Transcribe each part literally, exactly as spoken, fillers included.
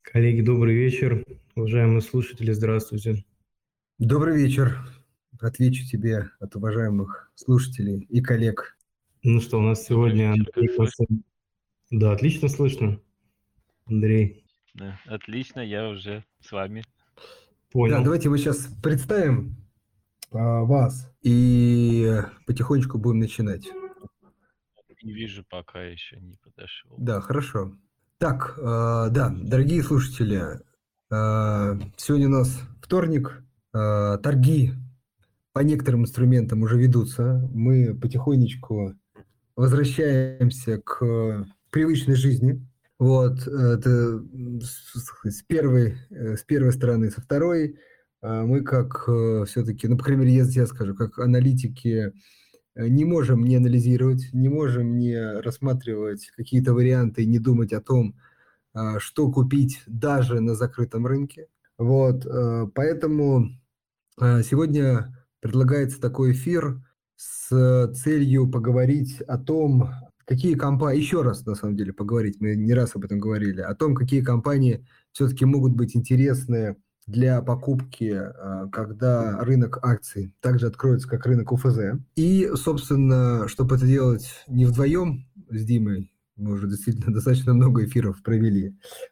Коллеги, добрый вечер. Уважаемые слушатели, здравствуйте. Добрый вечер. Отвечу тебе от уважаемых слушателей и коллег. Ну что, у нас Добрый сегодня вечер, как Андрей слышно? Константин- Да, отлично слышно, Андрей. Да, отлично, я уже с вами. Да, Понял. давайте мы сейчас представим а, вас и потихонечку будем начинать. Не вижу, пока еще не подошел. Да, хорошо. Так, а, да, дорогие слушатели, а, сегодня у нас вторник, а, торги по некоторым инструментам уже ведутся. Мы потихонечку возвращаемся к привычной жизни. Вот, это с, с первой, э, с первой стороны, со второй а, мы как все-таки, ну, по крайней мере, я за себя скажу, как аналитики э, не можем не анализировать, не можем не рассматривать какие-то варианты и не думать о том, а, что купить даже на закрытом рынке. Вот, э, поэтому а, сегодня предлагается такой эфир с целью поговорить о том, какие компании, еще раз на самом деле поговорить, мы не раз об этом говорили, о том, какие компании все-таки могут быть интересны для покупки, а, когда рынок акций также откроется, как рынок У Ф З. И, собственно, чтобы это делать не вдвоем с Димой, мы уже действительно достаточно много эфиров провели,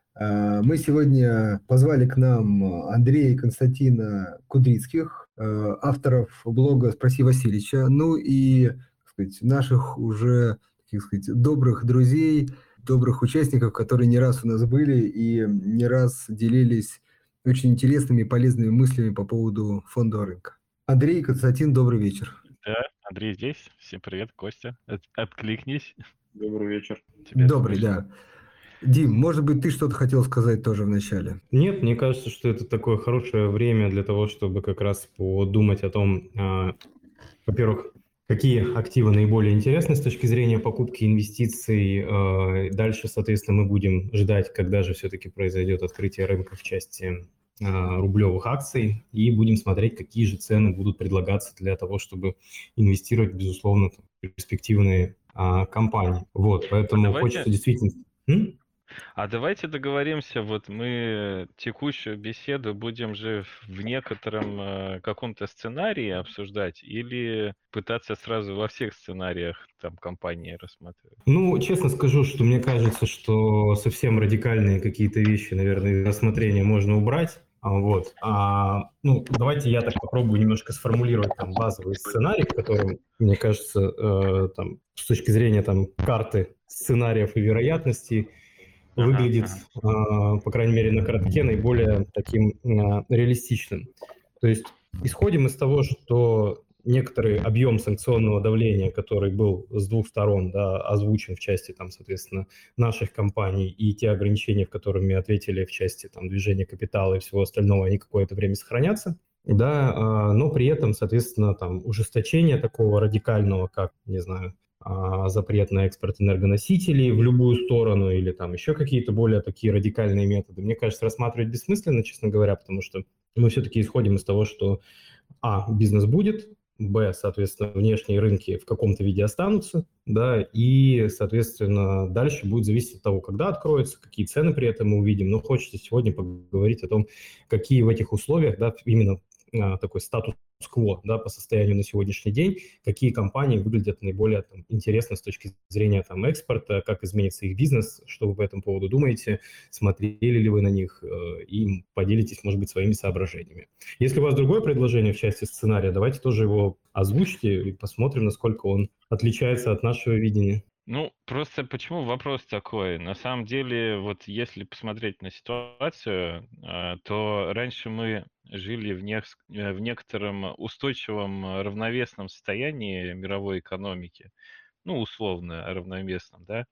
а, мы сегодня позвали к нам Андрея и Константина Кудрицких, э, авторов блога «Спроси Васильича», ну и, так сказать, наших уже, так сказать, добрых друзей, добрых участников, которые не раз у нас были и не раз делились очень интересными и полезными мыслями по поводу фондового рынка. Андрей и Константин, добрый вечер. Да, Андрей здесь. Всем привет, Костя. От- откликнись. Добрый вечер. Тебя Добрый, слышно. да. Дим, может быть, ты что-то хотел сказать тоже в начале? Нет, мне кажется, что это такое хорошее время для того, чтобы как раз подумать о том, а, во-первых, какие активы наиболее интересны с точки зрения покупки инвестиций. а, Дальше, соответственно, мы будем ждать, когда же все-таки произойдет открытие рынка в части а, рублевых акций, и будем смотреть, какие же цены будут предлагаться для того, чтобы инвестировать, безусловно, в перспективные а, компании. Вот, поэтому давайте- хочется действительно... М? А давайте договоримся, вот мы текущую беседу будем же в некотором э, каком-то сценарии обсуждать или пытаться сразу во всех сценариях там компании рассматривать? Ну, честно скажу, что мне кажется, что совсем радикальные какие-то вещи, наверное, из рассмотрения можно убрать. А, Вот. А, ну, давайте я так попробую немножко сформулировать там базовый сценарий, в котором, мне кажется, э, там, с точки зрения там карты сценариев и вероятностей Ага, выглядит, ага. э, по крайней мере, на картке наиболее таким э, реалистичным. То есть исходим из того, что некоторый объем санкционного давления, который был с двух сторон, да, озвучен в части, там, соответственно, наших компаний, и те ограничения, в которыми ответили в части там, движения капитала и всего остального, они какое-то время сохранятся. Да, а, но при этом, соответственно, там ужесточение такого радикального, как, не знаю, а, запрет на экспорт энергоносителей в любую сторону или там еще какие-то более такие радикальные методы, мне кажется, рассматривать бессмысленно, честно говоря, потому что мы все-таки исходим из того, что а, бизнес будет, б, соответственно, внешние рынки в каком-то виде останутся, да, и, соответственно, дальше будет зависеть от того, когда откроется, какие цены при этом мы увидим. Но хочется сегодня поговорить о том, какие в этих условиях, да, именно а, такой статус-кво, да, по состоянию на сегодняшний день, какие компании выглядят наиболее там, интересно с точки зрения там, экспорта, как изменится их бизнес, что вы по этому поводу думаете, смотрели ли вы на них э, и поделитесь, может быть, своими соображениями. Если у вас другое предложение в части сценария, давайте тоже его озвучьте и посмотрим, насколько он отличается от нашего видения. Ну, просто почему вопрос такой? На самом деле, вот если посмотреть на ситуацию, э, то раньше мы жили в, нек- э, в некотором устойчивом э, равновесном состоянии мировой экономики, ну, условно равновесном, да,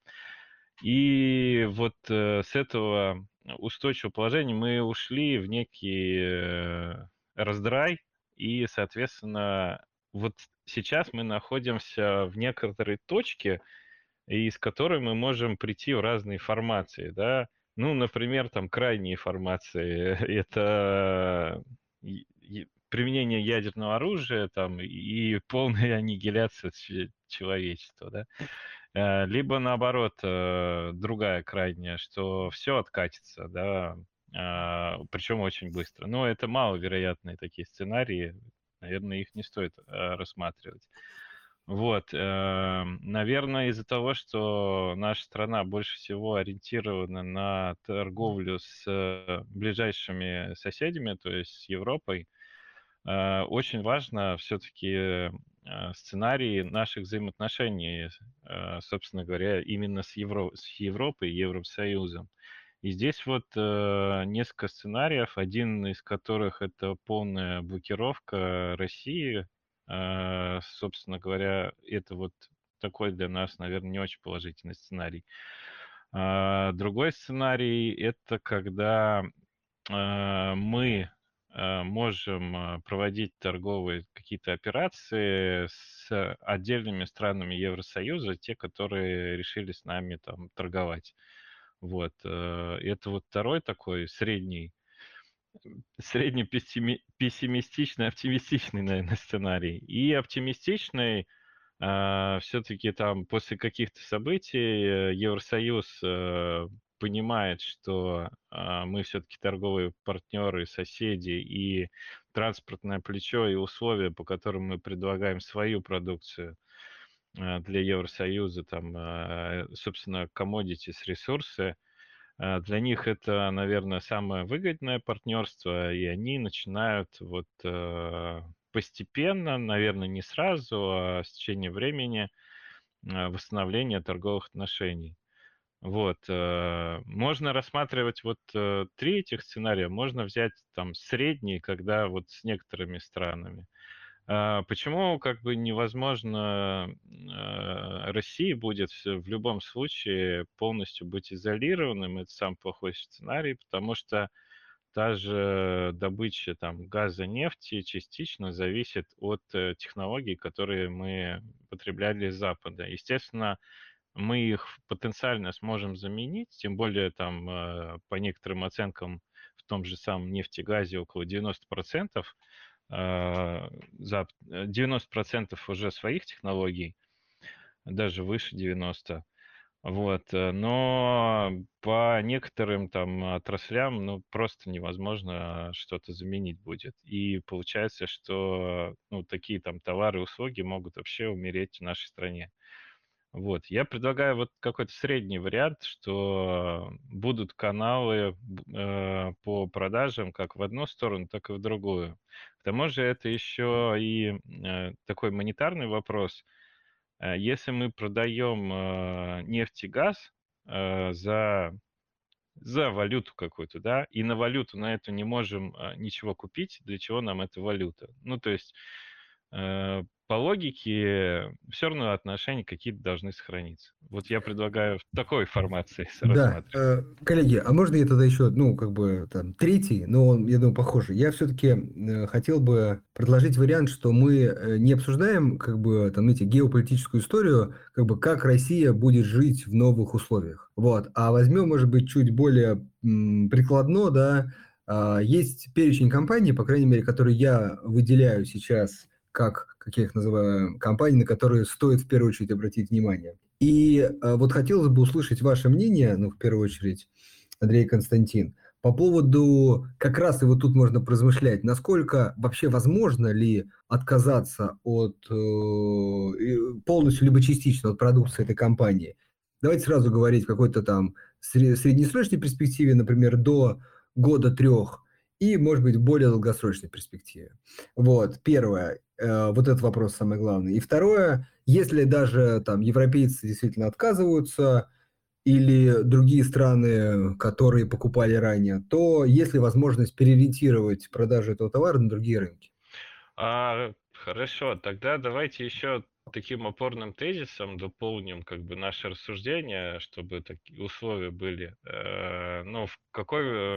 и вот э, с этого устойчивого положения мы ушли в некий э, раздрай, и, соответственно, вот сейчас мы находимся в некоторой точке, из которой мы можем прийти в разные формации, да. Ну, например, там крайние формации– это и- и применение ядерного оружия там, и полная аннигиляция че- человечества, да. Э, Либо наоборот, э, другая крайняя, что все откатится, да, а, причем очень быстро. Но это маловероятные такие сценарии, наверное, их не стоит а, рассматривать. Вот, э, наверное, из-за того, что наша страна больше всего ориентирована на торговлю с э, ближайшими соседями, то есть с Европой, э, очень важно все-таки сценарий наших взаимоотношений, э, собственно говоря, именно с, Евро... с Европой и Евросоюзом. И здесь вот э, несколько сценариев, один из которых это полная блокировка России. Э, собственно говоря, это вот такой для нас, наверное, не очень положительный сценарий. А, другой сценарий это когда э, мы э, можем э, проводить торговые какие-то операции с отдельными странами Евросоюза, те, которые решили с нами там торговать. Вот. э, Это вот второй такой средний, средний пессими- пессимистичный, оптимистичный, наверное, сценарий. И оптимистичный все-таки там после каких-то событий э, Евросоюз э, понимает, что а, мы все-таки торговые партнеры, соседи, и транспортное плечо и условия, по которым мы предлагаем свою продукцию э, для Евросоюза, там, э, собственно, commodities, ресурсы, э, для них это, наверное, самое выгодное партнерство, и они начинают вот э, постепенно, наверное, не сразу, а с течением времени э, восстановление торговых отношений. Вот. э, Можно рассматривать вот э, три этих сценария. Можно взять там средний, когда вот с некоторыми странами. А, Почему как бы невозможно э, России будет всё- в любом случае полностью быть изолированным? Это самый плохой сценарий, потому что та же добыча там газа, нефти частично зависит от э, технологий, которые мы потребляли из Запада. Естественно, мы их потенциально сможем заменить, тем более там э, по некоторым оценкам в том же самом нефтегазе около девяносто процентов, э, Зап- э, девяносто процентов уже своих технологий, даже выше девяноста. Вот, э, но по некоторым там отраслям, ну, просто невозможно что-то заменить будет. И получается, что, ну, такие там товары и услуги могут вообще умереть в нашей стране. Вот, я предлагаю вот какой-то средний вариант, что будут каналы б- э, по продажам как в одну сторону, так и в другую. К тому же это еще и э, такой монетарный вопрос. Э, Если мы продаем э, нефть и газ э, за, за валюту какую-то, да, и на валюту на эту не можем э, ничего купить, для чего нам эта валюта? Ну, то есть э, по логике все равно отношения какие-то должны сохраниться. Вот я предлагаю в такой формации Да, рассматривать. э, коллеги, а можно я тогда еще, ну, как бы там третий, но он, я думаю, похожий. Я все-таки хотел бы предложить вариант, что мы э, не обсуждаем, как бы, там, эти геополитическую историю, как бы, как Россия будет жить в новых условиях. Вот, а возьмем, может быть, чуть более м, прикладно, да, а, есть перечень компаний, по крайней мере, которые я выделяю сейчас как, как я их называю, компании, на которые стоит в первую очередь обратить внимание. И э, вот хотелось бы услышать ваше мнение, ну, в первую очередь, Андрей и Константин, по поводу, как раз и вот тут можно поразмышлять, насколько вообще возможно ли отказаться от э, и полностью либо частично от продукции этой компании. Давайте сразу говорить в какой-то там сре- среднесрочной перспективе, например, до года трех, и, может быть, в более долгосрочной перспективе. Вот, первое, э, вот этот вопрос самый главный. И второе, если даже там европейцы действительно отказываются или другие страны, которые покупали ранее, то есть ли возможность переориентировать продажу этого товара на другие рынки? А, хорошо, тогда давайте еще таким опорным тезисом дополним как бы наше рассуждение, чтобы такие условия были. Э, Ну, в какой э,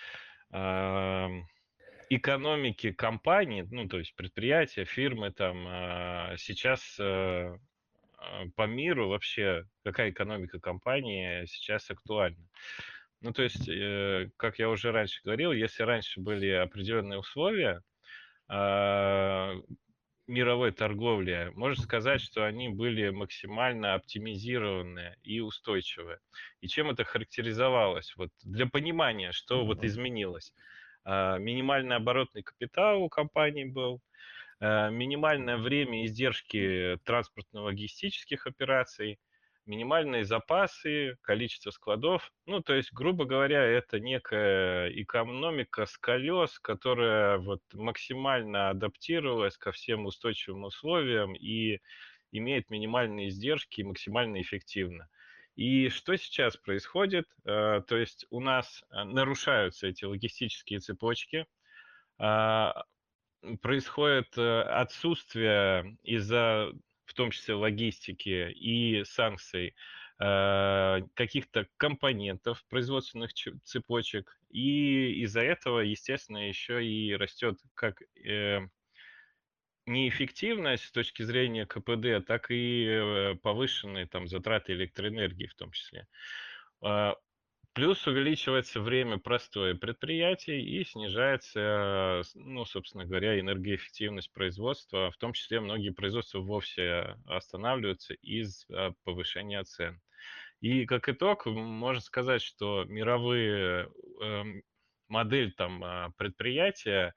ам, экономике компании, ну, то есть предприятия, фирмы там а, сейчас э, а, по миру вообще, какая экономика компании сейчас актуальна? Ну, то есть, э, как я уже раньше говорил, если раньше были определенные условия, а, мировой торговли, можно сказать, что они были максимально оптимизированы и устойчивы. И чем это характеризовалось? Вот для понимания, что вот изменилось. А, Минимальный оборотный капитал у компании был, а, минимальное время и издержки транспортно-логистических операций, минимальные запасы, количество складов. Ну, то есть, грубо говоря, это некая экономика с колес, которая вот максимально адаптировалась ко всем устойчивым условиям и имеет минимальные издержки и максимально эффективно. И что сейчас происходит? Э, То есть у нас э, нарушаются эти логистические цепочки, а, происходит э, отсутствие из-за, в том числе, логистики и санкций, э, каких-то компонентов производственных чу- цепочек, и из-за этого, естественно, еще и растет как э, неэффективность с точки зрения ка пэ дэ, так и э, повышенные там затраты электроэнергии в том числе. А, Плюс увеличивается время простоя предприятий и снижается, с- ну, собственно говоря, энергоэффективность производства. В том числе многие производства вовсе останавливаются из-за повышения цен. И как итог, м, можно сказать, что мировые эм, модель там а, предприятия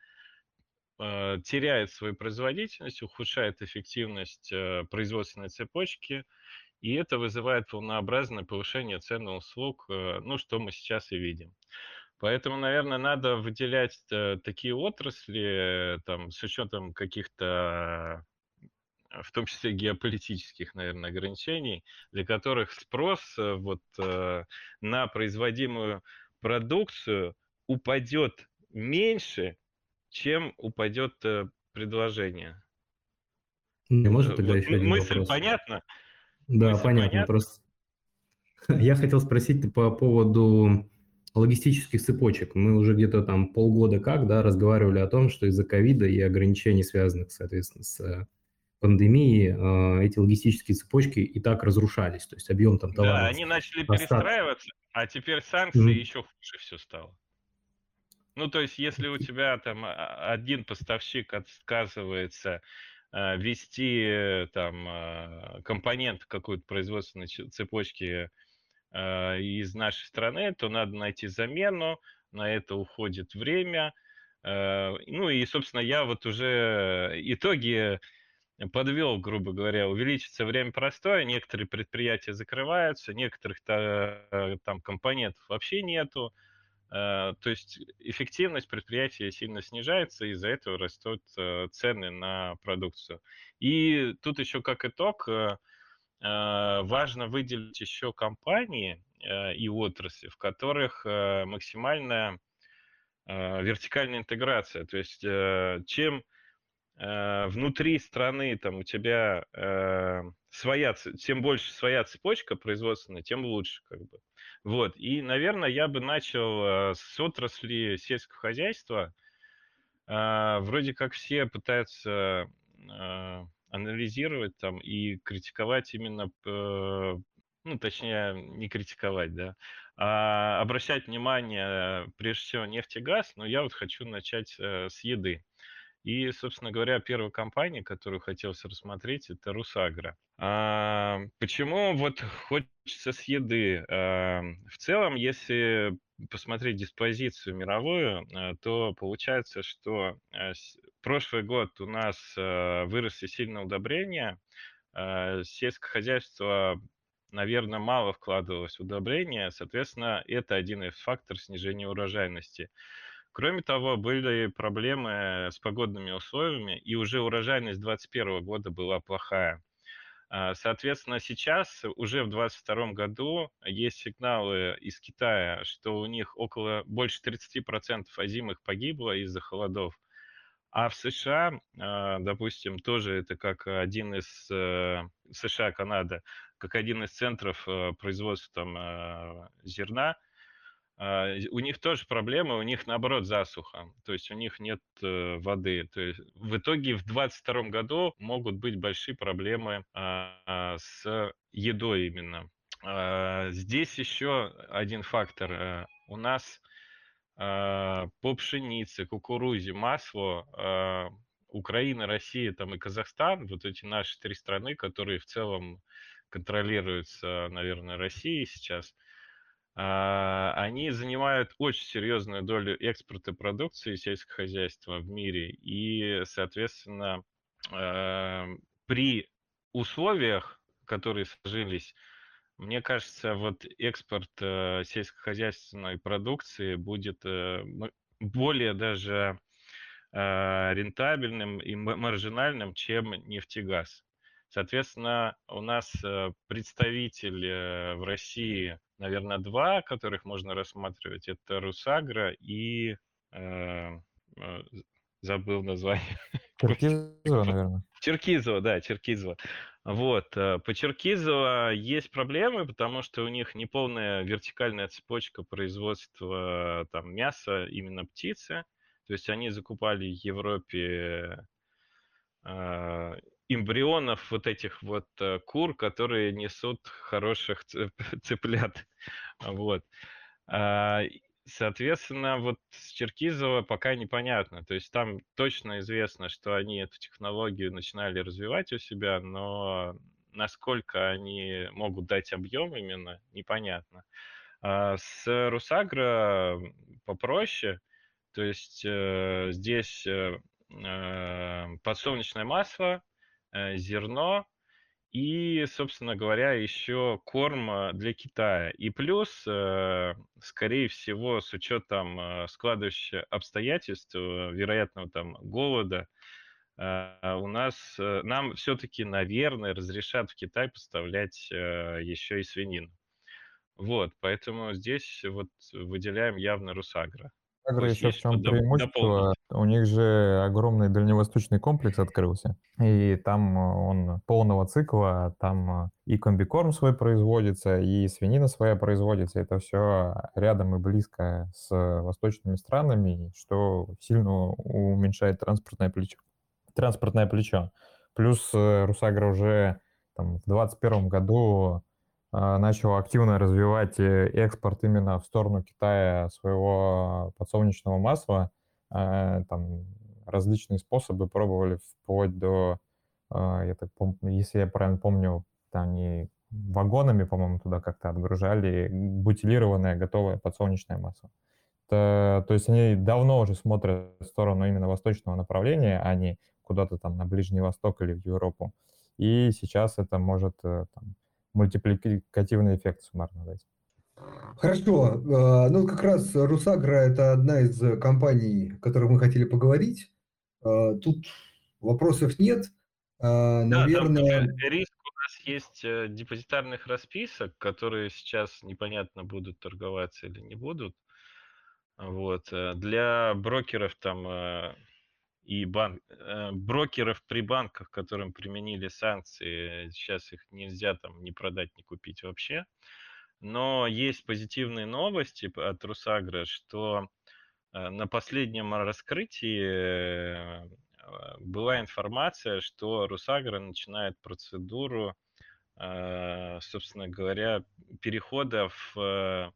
э, теряет свою производительность, ухудшает эффективность э, производственной цепочки, и это вызывает волнообразное повышение цен на услуг, э, ну, что мы сейчас и видим. Поэтому, наверное, надо выделять э, такие отрасли, э, там, с учетом каких-то, э, в том числе геополитических, наверное, ограничений, для которых спрос э, вот, э, на производимую продукцию упадет меньше, чем упадет э, предложение. Не, можно Э, тогда Вот еще м- один мысль вопрос? понятна? Да, Мысль понятно. понятна? Просто я хотел спросить по поводу логистических цепочек. Мы уже где-то там полгода как, да, разговаривали о том, что из-за ковида и ограничений, связанных, соответственно, с э, пандемией, э, эти логистические цепочки и так разрушались. То есть объем там Да, товаров они начали остат. перестраиваться, а теперь санкции Мгм. еще хуже все стало. Ну, то есть, если у тебя там а, один поставщик отказывается э, вести э, там э, компонент какой-то производственной ч- цепочки э, из нашей страны, то надо найти замену, на это уходит время. Э, Ну и, собственно, я вот уже итоги подвел, грубо говоря, увеличится время простоя, некоторые предприятия закрываются, некоторых та- там компонентов вообще нету. Э, То есть эффективность предприятия сильно снижается, из-за этого растут э, цены на продукцию. И тут еще как итог, э, э, важно выделить еще компании э, и отрасли, в которых э, максимальная э, вертикальная интеграция. То есть э, чем э, внутри страны там у тебя э, своя, ц- тем больше своя цепочка производственная, тем лучше как бы. Вот. И, наверное, я бы начал э, с отрасли сельского хозяйства. А, Вроде как все пытаются э, анализировать там и критиковать именно, п- ну, точнее, не критиковать, да, а обращать внимание, э, прежде всего, нефть и газ, но я вот хочу начать э, с еды. И, собственно говоря, первая компания, которую хотелось рассмотреть, это Русагра. А, почему вот хочется с еды? А, в целом, если посмотреть диспозицию мировую, а, то получается, что а, с- прошлый год у нас а, выросли сильно удобрения, а, сельское хозяйство, наверное, мало вкладывалось в удобрения, соответственно, это один из факторов снижения урожайности. Кроме того, были проблемы с погодными условиями, и уже урожайность двадцать первого года была плохая. А, Соответственно, сейчас, уже в двадцать втором году, есть сигналы из Китая, что у них около больше тридцати процентов озимых погибло из-за холодов. А в США, а, допустим, тоже это как один из э, США, Канада, как один из центров э, производства там, э, зерна, а, у них тоже проблемы, у них наоборот засуха, то есть у них нет э, воды. То есть в итоге в двадцать втором году могут быть большие проблемы а, а, с едой именно. А, Здесь еще один фактор. э, У нас а, по пшенице, кукурузе, маслу а, Украина, Россия там, и Казахстан, вот эти наши три страны, которые в целом контролируются, наверное, Россией сейчас, а, они занимают очень серьезную долю экспорта продукции сельского хозяйства в мире. И, соответственно, а, при условиях, которые сложились, мне кажется, вот экспорт э, сельскохозяйственной продукции будет э, м- более даже э, рентабельным и м- маржинальным, чем нефтегаз. Соответственно, у нас э, представитель э, в России, наверное, два, которых можно рассматривать. Это Русагра и э, э, забыл название. Черкизово, наверное. Черкизово, да, Черкизово. Вот. э, По Черкизово есть проблемы, потому что у них неполная вертикальная цепочка производства там, мяса, именно птицы. То есть они закупали в Европе э, эмбрионов вот этих вот э, кур, которые несут хороших цып- цыплят. Вот. А, и, Соответственно, вот с Черкизово пока непонятно. То есть там точно известно, что они эту технологию начинали развивать у себя, но насколько они могут дать объем именно, непонятно. А с Русагро попроще. То есть э, здесь э, э, подсолнечное масло, э, зерно, и, собственно говоря, еще корм э, для Китая. И плюс, э, скорее всего, с учетом э, складывающихся обстоятельств, э, вероятного там голода, э, у нас, э, нам все-таки, наверное, разрешат в Китай поставлять э, еще и свинину. Вот, поэтому здесь вот выделяем явно Русагро. Агро Пусть еще в есть что чем доп- дополнить. преимущество? У них же огромный дальневосточный комплекс открылся, и там э, он полного цикла, там э, и комбикорм свой производится, и свинина своя производится. Это все рядом и близко с восточными странами, что сильно уменьшает транспортное плечо. Транспортное плечо. Плюс э, Русагра уже там, в двадцать первом году а, начал активно развивать э, экспорт именно в сторону Китая своего подсолнечного масла. А, Там различные способы пробовали вплоть до, а, я так пом- если я правильно помню, там они вагонами, по-моему, туда как-то отгружали бутилированное готовое подсолнечное масло. То, то есть они давно уже смотрят в сторону именно восточного направления, а не куда-то там на Ближний Восток или в Европу. И сейчас это может э, там, мультипликативный эффект суммарно дать. Хорошо. э, Ну, как раз Русагра – это одна из э, компаний, о которых мы хотели поговорить. Э, Тут вопросов нет. Э, Да, там только Наверное, риск у нас есть э, депозитарных расписок, которые сейчас непонятно будут торговаться или не будут. Вот. э, Для брокеров там э, и банк, э, брокеров при банках, которым применили санкции, сейчас их нельзя там ни продать, ни купить вообще. Но есть позитивные новости п- от Русагры, что э, на последнем раскрытии э, э, была информация, что Русагра начинает процедуру, э, собственно говоря, перехода в э,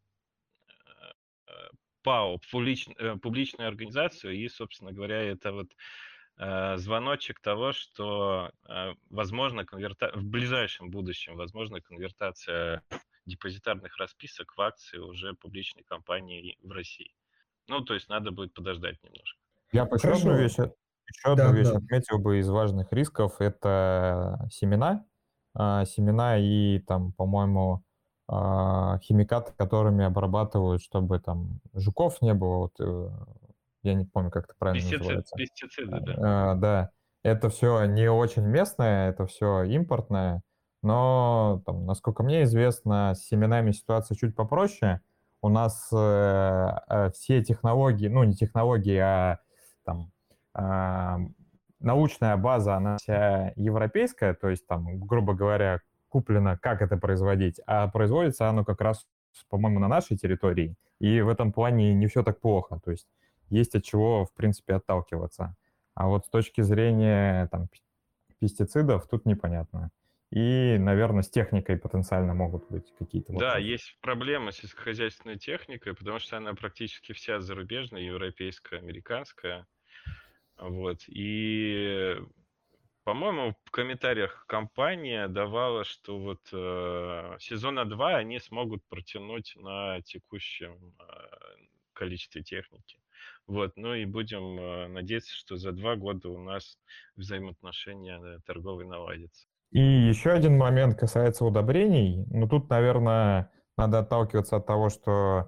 э, ПАО, публич- э, публичную организацию, и, собственно говоря, это вот э, звоночек того, что э, возможно конверта... в ближайшем будущем возможно конвертация депозитарных расписок в акции уже публичной компании в России. Ну, то есть надо будет подождать немножко. Я бы еще одну хорошо. вещь, еще одну Да, вещь да. отметил бы из важных рисков. Это семена. А, Семена и там, по-моему, а, химикаты, которыми обрабатывают, чтобы там жуков не было. Вот, э, я не помню, как это правильно Пестицид, называется. пестициды, да. А, Да, это все не очень местное, это все импортное, но, там, насколько мне известно, с семенами ситуация чуть попроще. У нас э, э, все технологии, ну не технологии, а там а, научная база, она вся европейская, то есть там, грубо говоря, куплено, как это производить, а производится оно как раз, по-моему, на нашей территории, и в этом плане не все так плохо, то есть есть от чего, в принципе, отталкиваться. А вот с точки зрения там, пестицидов тут непонятно. И, наверное, с техникой потенциально могут быть какие-то Да, вопросы. есть проблемы с сельскохозяйственной техникой, потому что она практически вся зарубежная, европейская, американская. Вот. И, по-моему, в комментариях компания давала, что вот э, сезона два они смогут протянуть на текущем э, количестве техники. Вот. Ну и будем э, надеяться, что за два года у нас взаимоотношения э, торговые наладятся. И еще один момент касается удобрений. Ну, тут, наверное, надо отталкиваться от того, что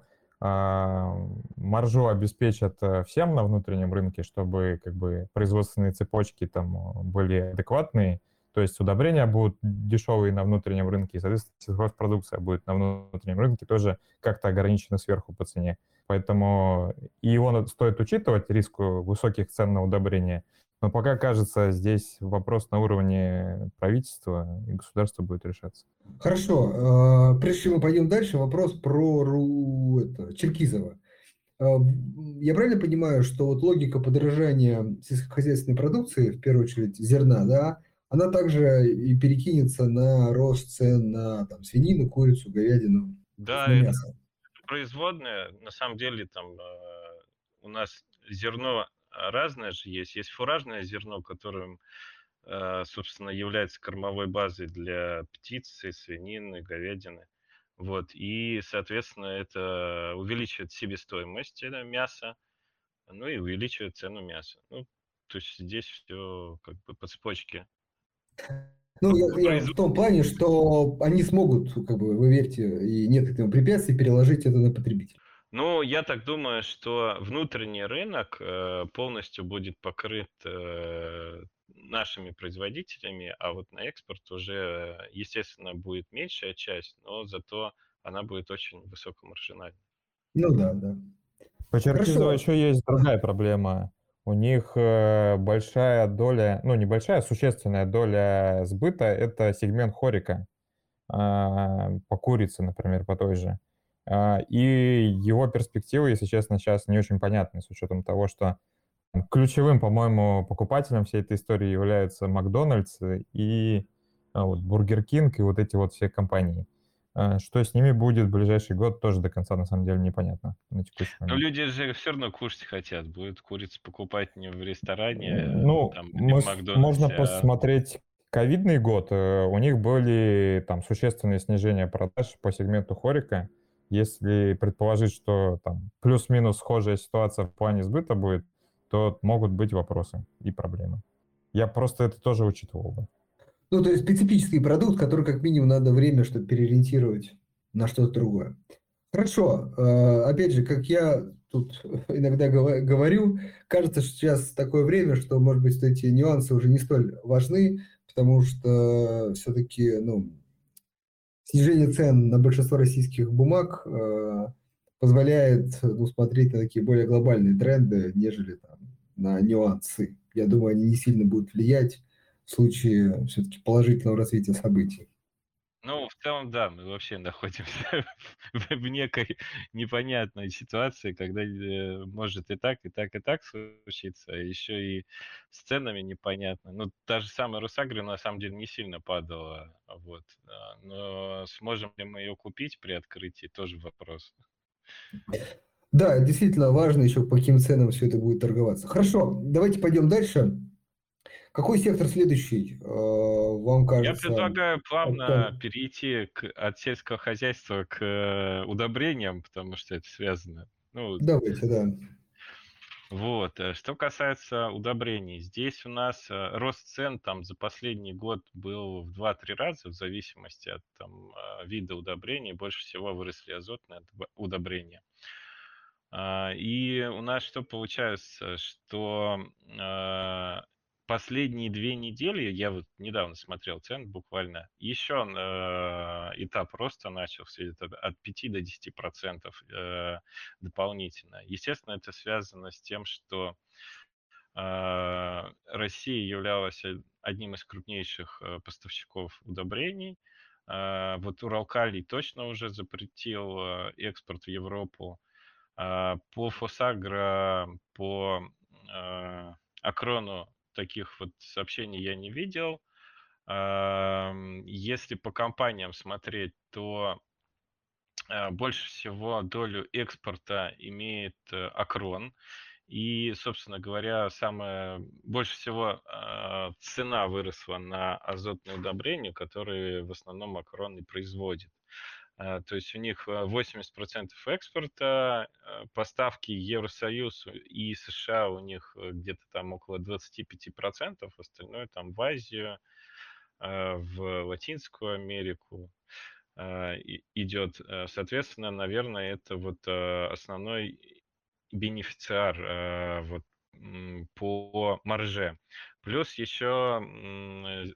а, маржу обеспечат э, всем на внутреннем рынке, чтобы как бы производственные цепочки там э, были адекватные. То есть удобрения будут дешевые на внутреннем рынке, и, соответственно, сельхозпродукция будет на внутреннем рынке тоже как-то ограничена сверху по цене. Поэтому и его надо- стоит учитывать, риск высоких цен на удобрения. Но пока, кажется, здесь вопрос на уровне правительства и государства будет решаться. Хорошо. э, Прежде чем мы пойдем дальше, вопрос про Ру- это, Черкизова. Э, Я правильно понимаю, что вот логика подорожания сельскохозяйственной продукции, в первую очередь зерна, да, она также и перекинется на рост цен на там, свинину, курицу, говядину, то есть Да, на это мясо? производная. На самом деле там э, у нас зерно разное же есть. Есть фуражное зерно, которым, э, собственно, является кормовой базой для птицы, свинины, говядины. Вот. И, соответственно, это увеличивает себестоимость э, мяса, ну и увеличивает цену мяса. Ну, то есть здесь все как бы по цепочке. Ну, По- я, по я в производству. том плане, что они смогут, как бы, вы верьте, и нет к этому препятствий, переложить это на потребителя. Ну, я так думаю, что внутренний рынок э, полностью будет покрыт э, нашими производителями, а вот на экспорт уже, э, естественно, будет меньшая часть, но зато она будет очень высокомаржинальной. Ну да, да. У Черкизова Хорошо. еще есть другая проблема. У них э, большая доля, ну, небольшая, существенная доля сбыта — это сегмент хорика, а, по курице, например, по той же. А, И его перспективы, если честно, сейчас не очень понятны, с учетом того, что ключевым, по-моему, покупателем всей этой истории являются Макдональдс и а, вот, Бургер Кинг и вот эти вот все компании. А, Что с ними будет в ближайший год, тоже до конца, на самом деле, непонятно на текущий Но момент. люди же все равно кушать хотят. Будут курицу покупать не в ресторане, э, Ну, там, или мы, в с- можно Макдональдсе, а... посмотреть ковидный год. э, У них были там существенные снижения продаж по сегменту хорика. Если предположить, что там плюс-минус схожая ситуация в плане сбыта будет, то могут быть вопросы и проблемы. Я просто это тоже учитывал бы. Ну, то есть специфический продукт, который как минимум надо время, чтобы переориентировать на что-то другое. Хорошо. Э, Опять же, как я тут иногда гова- говорю, кажется, что сейчас такое время, что, может быть, эти нюансы уже не столь важны, потому что все-таки, ну, снижение цен на большинство российских бумаг э, позволяет, ну, смотреть на такие более глобальные тренды, нежели там, на нюансы. Я думаю, они не сильно будут влиять в случае все-таки положительного развития событий. Ну, в целом, да, мы вообще находимся в, в некой непонятной ситуации, когда э, может и так, и так, и так случиться, а еще и с ценами непонятно. Ну, та же самая Русагра на самом деле не сильно падала, вот. а, Но сможем ли мы ее купить при открытии, тоже вопрос. Да, действительно важно еще, по каким ценам все это будет торговаться. Хорошо, давайте пойдем дальше. Какой сектор следующий, э, вам Я кажется, предлагаю плавно актуальным? перейти к, от сельского хозяйства к э, удобрениям, потому что это связано. Ну, Давайте, да. вот. э, Что касается удобрений, здесь у нас э, рост цен там за последний год был в два-три раза, в зависимости от там, э, вида удобрений. Больше всего выросли азотные удоб- удобрения. А, И у нас что получается, что э, последние две недели, я вот недавно смотрел цены буквально, еще э, этап роста начался где-то от пяти до десяти процентов э, дополнительно. Естественно, это связано с тем, что э, Россия являлась э, одним из крупнейших э, поставщиков удобрений. Э, Вот Уралкалий точно уже запретил э, экспорт в Европу. А, По Фосагро, по э, Акрону таких вот сообщений я не видел. Ам, Если по компаниям смотреть, то э, больше всего долю экспорта имеет э, Акрон. И, собственно говоря, самое больше всего э, цена выросла на азотные удобрения, которые в основном Акрон и производит. Э, то есть у них э, восемьдесят процентов экспорта, э, поставки Евросоюз и США у них э, где-то там около двадцать пять процентов, остальное там в Азию, э, в Латинскую Америку э, и- идет. Э, Соответственно, наверное, это вот э, основной бенефициар э, вот, м, по марже. Плюс еще м, э,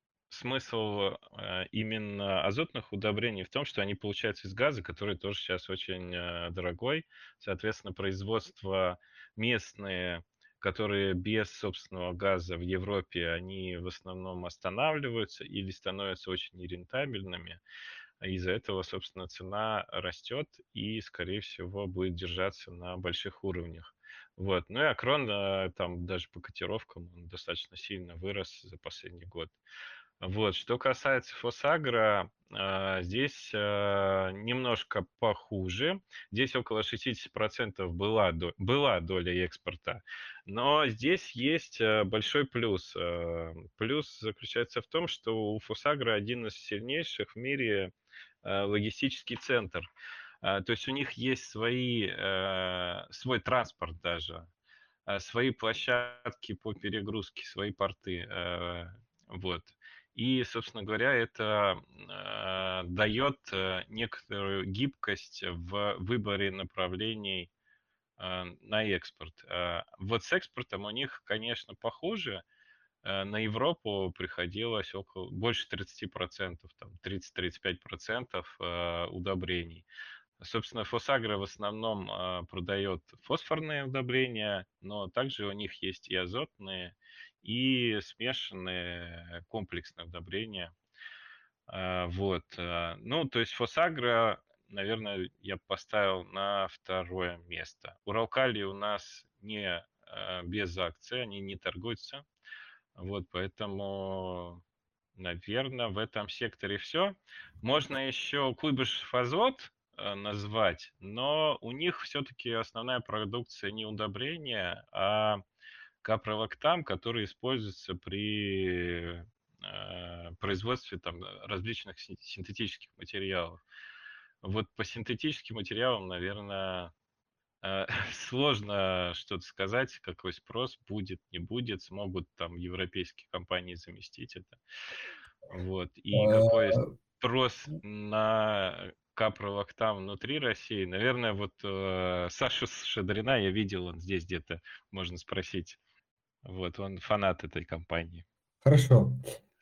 смысл э, именно азотных удобрений в том, что они получаются из газа, который тоже сейчас очень э, дорогой. Соответственно, производство местные, которые без собственного газа в Европе, они в основном останавливаются или становятся очень нерентабельными. А Из-за этого, собственно, цена растет и, скорее всего, будет держаться на больших уровнях. Вот. Ну и Акрон, э, там даже по котировкам, он достаточно сильно вырос за последний год. Вот. Что касается Фосагро, э, здесь э, немножко похуже. Здесь около шестьдесят процентов была, до- была доля экспорта. Но здесь есть э, большой плюс. Э, Плюс заключается в том, что у Фосагро один из сильнейших в мире э, логистический центр. Э, То есть у них есть свои, э, свой транспорт даже, э, свои площадки по перегрузке, свои порты. э, Вот. И, собственно говоря, это э, дает э, некоторую гибкость в выборе направлений э, на экспорт. Э, Вот с экспортом у них, конечно, похуже. Э, На Европу приходилось около больше тридцать процентов, там тридцать-тридцать пять процентов э, удобрений. Собственно, Фосагро в основном а, продает фосфорные удобрения, но также у них есть и азотные, и смешанные комплексные удобрения. А, Вот. а, Ну, то есть Фосагро, наверное, я б поставил на второе место. Уралкали у нас не а, без акций, они не торгуются. Вот, поэтому, наверное, в этом секторе все. Можно еще Куйбышев Азот э, назвать, но у них все-таки основная продукция не удобрения, а капролактам, который используется при э, производстве там, различных син- синтетических материалов. Вот по синтетическим материалам, наверное, Э, сложно что-то сказать, какой спрос будет, не будет, смогут там европейские компании заместить это. Вот. И какой А, спрос на капролактам внутри России, наверное, вот э, Сашу Шадрина я видел, он здесь где-то, можно спросить. Вот, он фанат этой компании. Хорошо.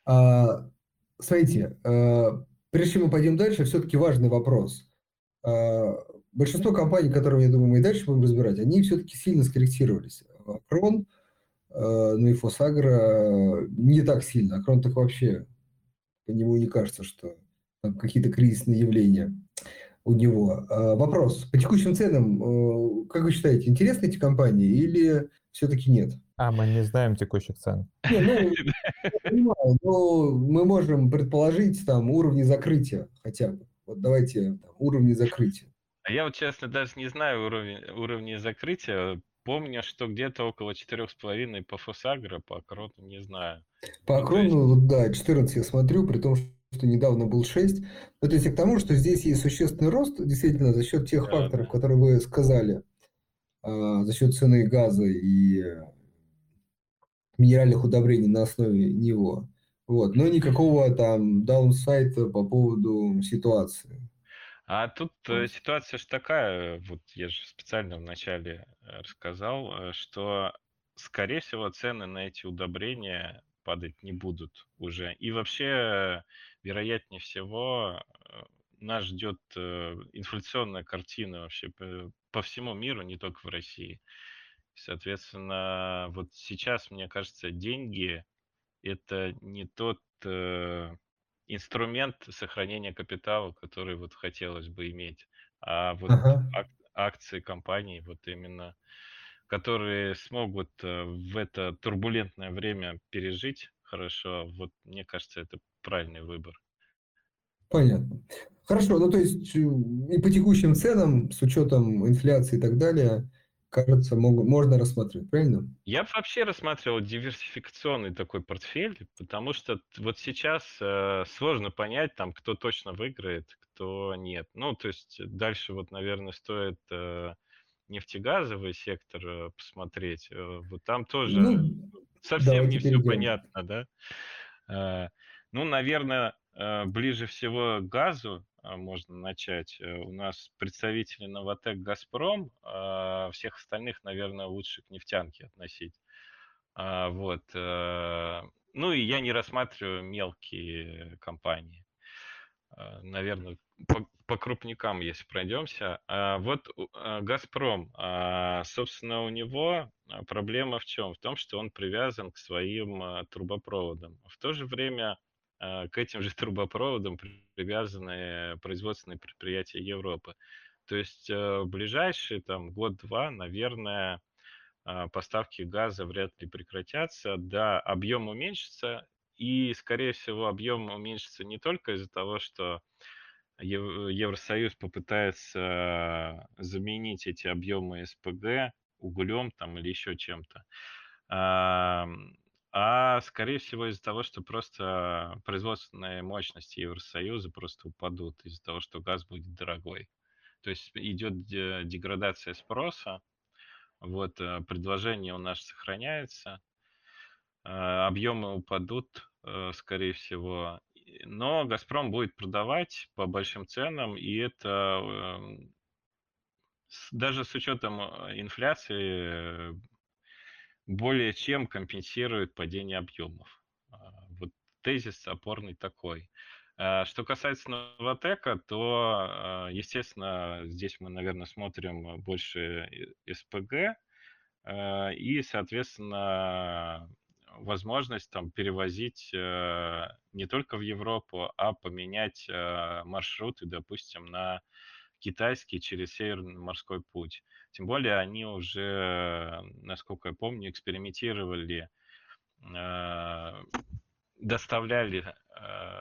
А, смотрите, а, прежде чем мы пойдем дальше, все-таки важный вопрос. А, большинство компаний, которые, я думаю, мы и дальше будем разбирать, они все-таки сильно скорректировались. Акрон, а, ну и Фосагро не так сильно. Акрон так вообще, по нему не кажется, что там какие-то кризисные явления у него. А, вопрос. По текущим ценам, э, как вы считаете, интересны эти компании или все-таки нет? А, мы не знаем текущих цен. Не, ну, я понимаю, но мы можем предположить там уровни закрытия хотя бы. Вот давайте там, уровни закрытия. А я вот, честно, даже не знаю уровень, уровни закрытия. Помню, что где-то около четырех с половиной по Фосагро, по Акрону не знаю. По Ну, то есть, Акрону, вот, да, четырнадцать я смотрю, при том, что недавно был шесть. Ну, то есть к тому, что здесь есть существенный рост, действительно, за счет тех да, факторов, да. которые вы сказали, а, за счет цены газа и э, минеральных удобрений на основе него. Вот. Но никакого там даунсайда по поводу ситуации. А тут э, ситуация же такая, вот я же специально вначале э, рассказал, э, что, скорее всего, цены на эти удобрения падать не будут уже. И вообще, э, вероятнее всего, э, нас ждет э, инфляционная картина вообще по, по всему миру, не только в России. Соответственно, вот сейчас, мне кажется, деньги это не тот э, инструмент сохранения капитала, который вот хотелось бы иметь, а вот Ага. ак- акции компаний, вот именно, которые смогут э, в это турбулентное время пережить хорошо, вот мне кажется, это правильный выбор. Понятно. Хорошо, ну то есть э, и по текущим ценам, с учетом инфляции и так далее, кажется, мог- можно рассматривать, правильно? Я бы вообще рассматривал диверсификационный такой портфель, потому что т- вот сейчас э, сложно понять, там, кто точно выиграет, кто нет. Ну, то есть дальше вот, наверное, стоит э, нефтегазовый сектор э, посмотреть. Э, вот там тоже Ну, совсем не давайте все перейдем. понятно, да? Э, Ну, наверное, э, ближе всего к газу э, можно начать. Э, У нас представители Новатэк, Газпром, а всех остальных, наверное, лучше к нефтянке относить. А, Вот. э, Ну и я не рассматриваю мелкие компании. Наверное, по, по крупникам, если пройдемся. А Вот у- а, Газпром, а, собственно, у него а, проблема в чем? В том, что он привязан к своим а, трубопроводам. В то же время а, к этим же трубопроводам при- привязаны производственные предприятия Европы. То есть э, в ближайшие там год-два, наверное, а, поставки газа вряд ли прекратятся. Да, объем уменьшится, и, скорее всего, объем уменьшится не только из-за того, что Ев- Евросоюз попытается заменить эти объемы СПГ углем там или еще чем-то, а а, скорее всего из-за того, что просто производственные мощности Евросоюза просто упадут из-за того, что газ будет дорогой. То есть идет де- деградация спроса, вот, э, предложение у нас сохраняется, э, объемы упадут, э, скорее всего, и- но «Газпром» будет продавать по большим ценам, и это эм, с- даже с учетом э, инфляции э, более чем компенсирует падение объемов. А, Вот тезис опорный такой. А, Что касается Новатэка, то, э, естественно, здесь мы, наверное, смотрим больше и- СПГ, э, и, соответственно, возможность там перевозить э, не только в Европу, а поменять э, маршруты, допустим, на китайский через Северный морской путь. Тем более они уже, насколько я помню, экспериментировали, э, доставляли э,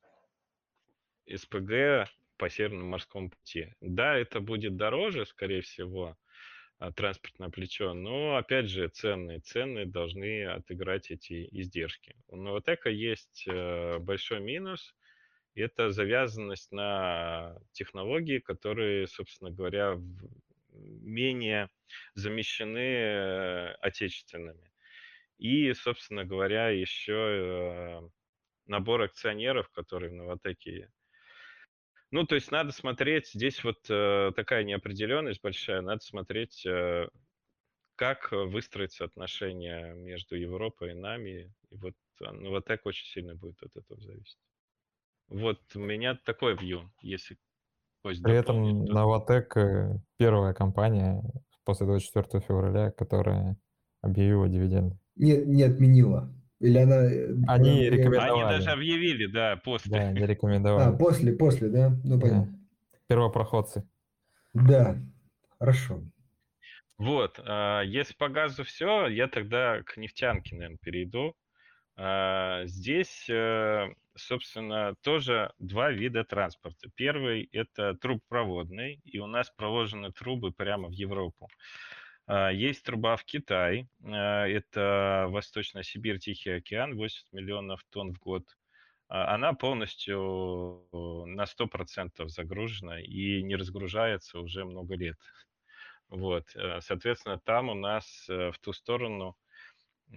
СПГ по Северному морскому пути. Да, это будет дороже, скорее всего, а, транспортное плечо, но, опять же, ценные цены должны отыграть эти издержки. У Новатэка есть э, большой минус, это завязанность на технологии, которые, собственно говоря, в- менее замещены э, отечественными. И, собственно говоря, еще э, набор акционеров, которые в Новатэке. Ну, то есть надо смотреть, здесь вот э, такая неопределенность большая, надо смотреть, э, как выстроятся отношения между Европой и нами. И вот э, Новатэк очень сильно будет от этого зависеть. Вот у меня такой вью, если Кость При дополнит, этом то Новатэк э, первая компания после двадцать четвёртого февраля, которая объявила дивиденды. Не, не отменила. Или она... э, она Они меняет- они даже рекомендовали. объявили, да, после. Да, они А, рекомендовали. после, после, да? Ну, Да. понятно. Первопроходцы. Да, хорошо. Вот, а, если по газу все, я тогда к нефтянке, наверное, перейду. А, Здесь, э, собственно, тоже два вида транспорта. Первый– это трубопроводный, и у нас проложены трубы прямо в Европу. А, Есть труба в Китай, а, это Восточная Сибирь, Тихий океан, восемьдесят миллионов тонн в год. А, Она полностью на сто процентов загружена и не разгружается уже много лет. Вот, э, соответственно, там у нас э, в ту сторону э,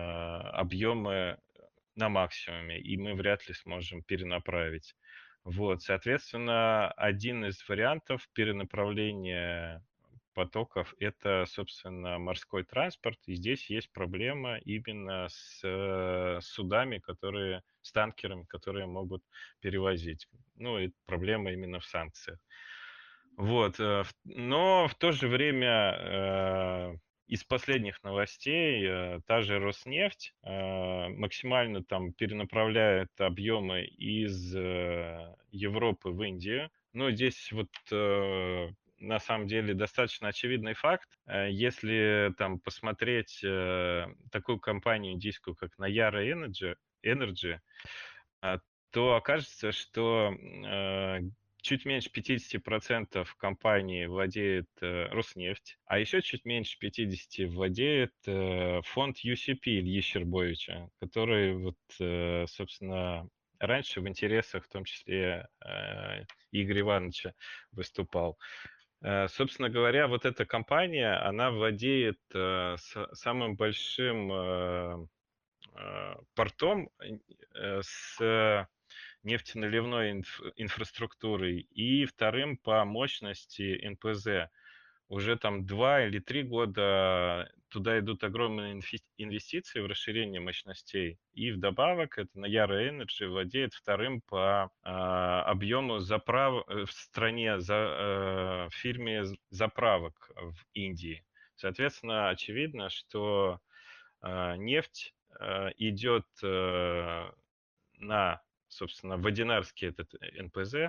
объемы на максимуме, и мы вряд ли сможем перенаправить. Вот, соответственно, один из вариантов перенаправления потоков– это, собственно, морской транспорт. И здесь есть проблема именно с э, судами, которые, с танкерами, которые могут перевозить. Ну, и проблема именно в санкциях. Вот, э, в- но в то же время э, из последних новостей э, та же Роснефть э, максимально там перенаправляет объемы из э, Европы в Индию. Ну, здесь вот э, на самом деле достаточно очевидный факт. Э, Если там посмотреть э, такую компанию индийскую, как Nayara Energy, Energy, а, то окажется, что э, чуть меньше пятьдесят процентов компании владеет э, Роснефть, а еще чуть меньше пятьдесят владеет э, фонд ю си пи Ильи Щербовича, который, вот, э, собственно, раньше в интересах, в том числе э, Игоря Ивановича, выступал. Э, Собственно говоря, вот эта компания, она владеет э, с- самым большим э, э, портом э, с нефтеналивной инф- инфраструктурой и вторым по мощности эн пэ зэ. Уже там два или три года туда идут огромные инфи- инвестиции в расширение мощностей. И вдобавок это Nayara Energy владеет вторым по а, объему заправ э, в стране за, э, в фирме з- заправок в Индии. Соответственно, очевидно, что а, нефть а, идет э, на, собственно, Водинарский этот эн пэ зэ,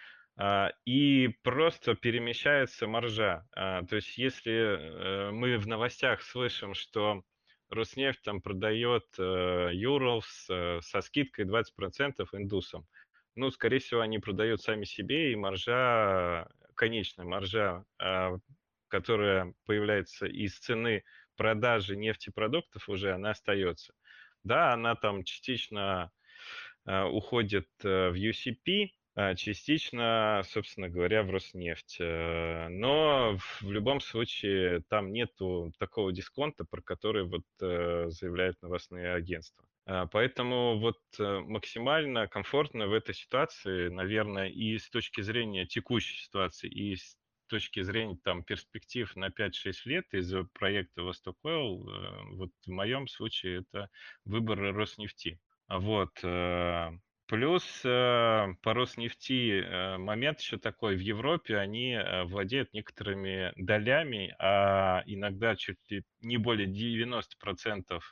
а, и просто перемещается маржа. А, То есть если э, мы в новостях слышим, что Роснефть там продает э, Юралс э, со скидкой двадцать процентов индусам, ну, скорее всего, они продают сами себе, и маржа, конечная маржа, а, которая появляется из цены продажи нефтепродуктов уже, она остается. Да, она там частично а, уходит э, в ю си пи, а частично, собственно говоря, в Роснефть. Э, Но в в любом случае там нету такого дисконта, про который вот э, заявляют новостные агентства. А, Поэтому вот э, максимально комфортно в этой ситуации, наверное, и с точки зрения текущей ситуации, и с точки зрения там перспектив на пять-шесть лет из-за проекта Восток Ойл, э, вот в моем случае это выбор Роснефти. А Вот. э, Плюс э, по Роснефти э, момент еще такой. В Европе они э, владеют некоторыми долями, а иногда чуть ли не более девяносто процентов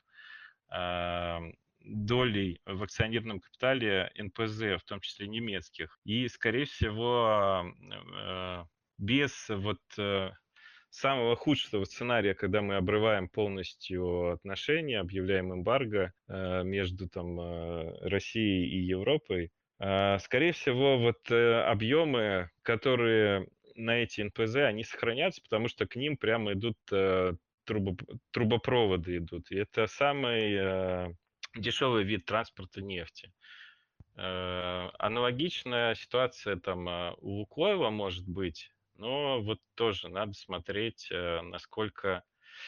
а, долей в акционерном капитале эн пэ зэ, в том числе немецких. И, скорее всего, э, без вот э, самого худшего сценария, когда мы обрываем полностью отношения, объявляем эмбарго э, между там, э, Россией и Европой, э, скорее всего, вот э, объемы, которые на эти эн пэ зэ, они сохранятся, потому что к ним прямо идут э, трубо- трубопроводы идут. И это самый э, дешевый вид транспорта нефти. Э, Аналогичная ситуация там э, у Лукойла может быть, но вот тоже надо смотреть, э, насколько,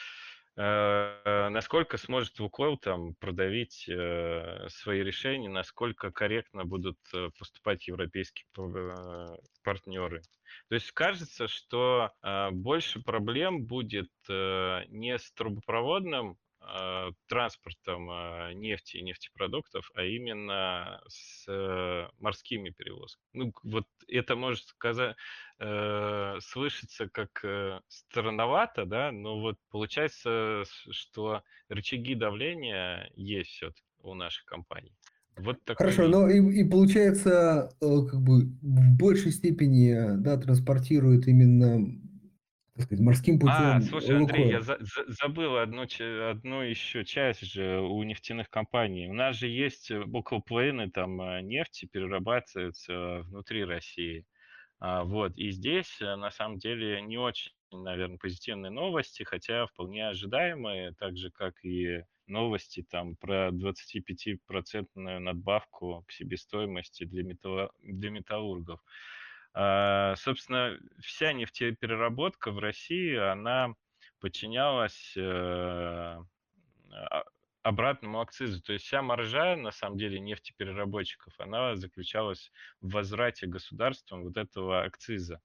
э, насколько сможет Лукойл там продавить э, свои решения, насколько корректно будут э, поступать европейские пар- э, партнеры. То есть кажется, что э, больше проблем будет э, не с трубопроводным э, транспортом э, нефти и нефтепродуктов, а именно с э, морскими перевозками. Ну, к- вот это может сказать, э, слышится как э, странновато, да, но вот получается, с- что рычаги давления есть все-таки у наших компаний. Вот такой Хорошо, видим. но и, и получается, э, как бы в большей степени, э, да, транспортирует именно, так сказать, морским А, путем слушай, Андрей, я Лукойл. за- за- забыл одну, ча- одну еще часть же у нефтяных компаний. У нас же есть э, около половины там э, нефти перерабатывается внутри России. А, Вот, и здесь э, на самом деле не очень, наверное, позитивные новости, хотя вполне ожидаемые, так же, как и новости там про двадцатипятипроцентную надбавку к себестоимости для, металла- для металлургов. А, Собственно, вся нефтепереработка в России, она подчинялась э, а- обратному акцизу. То есть вся маржа, на самом деле, нефтепереработчиков, она заключалась в возврате государством вот этого акциза.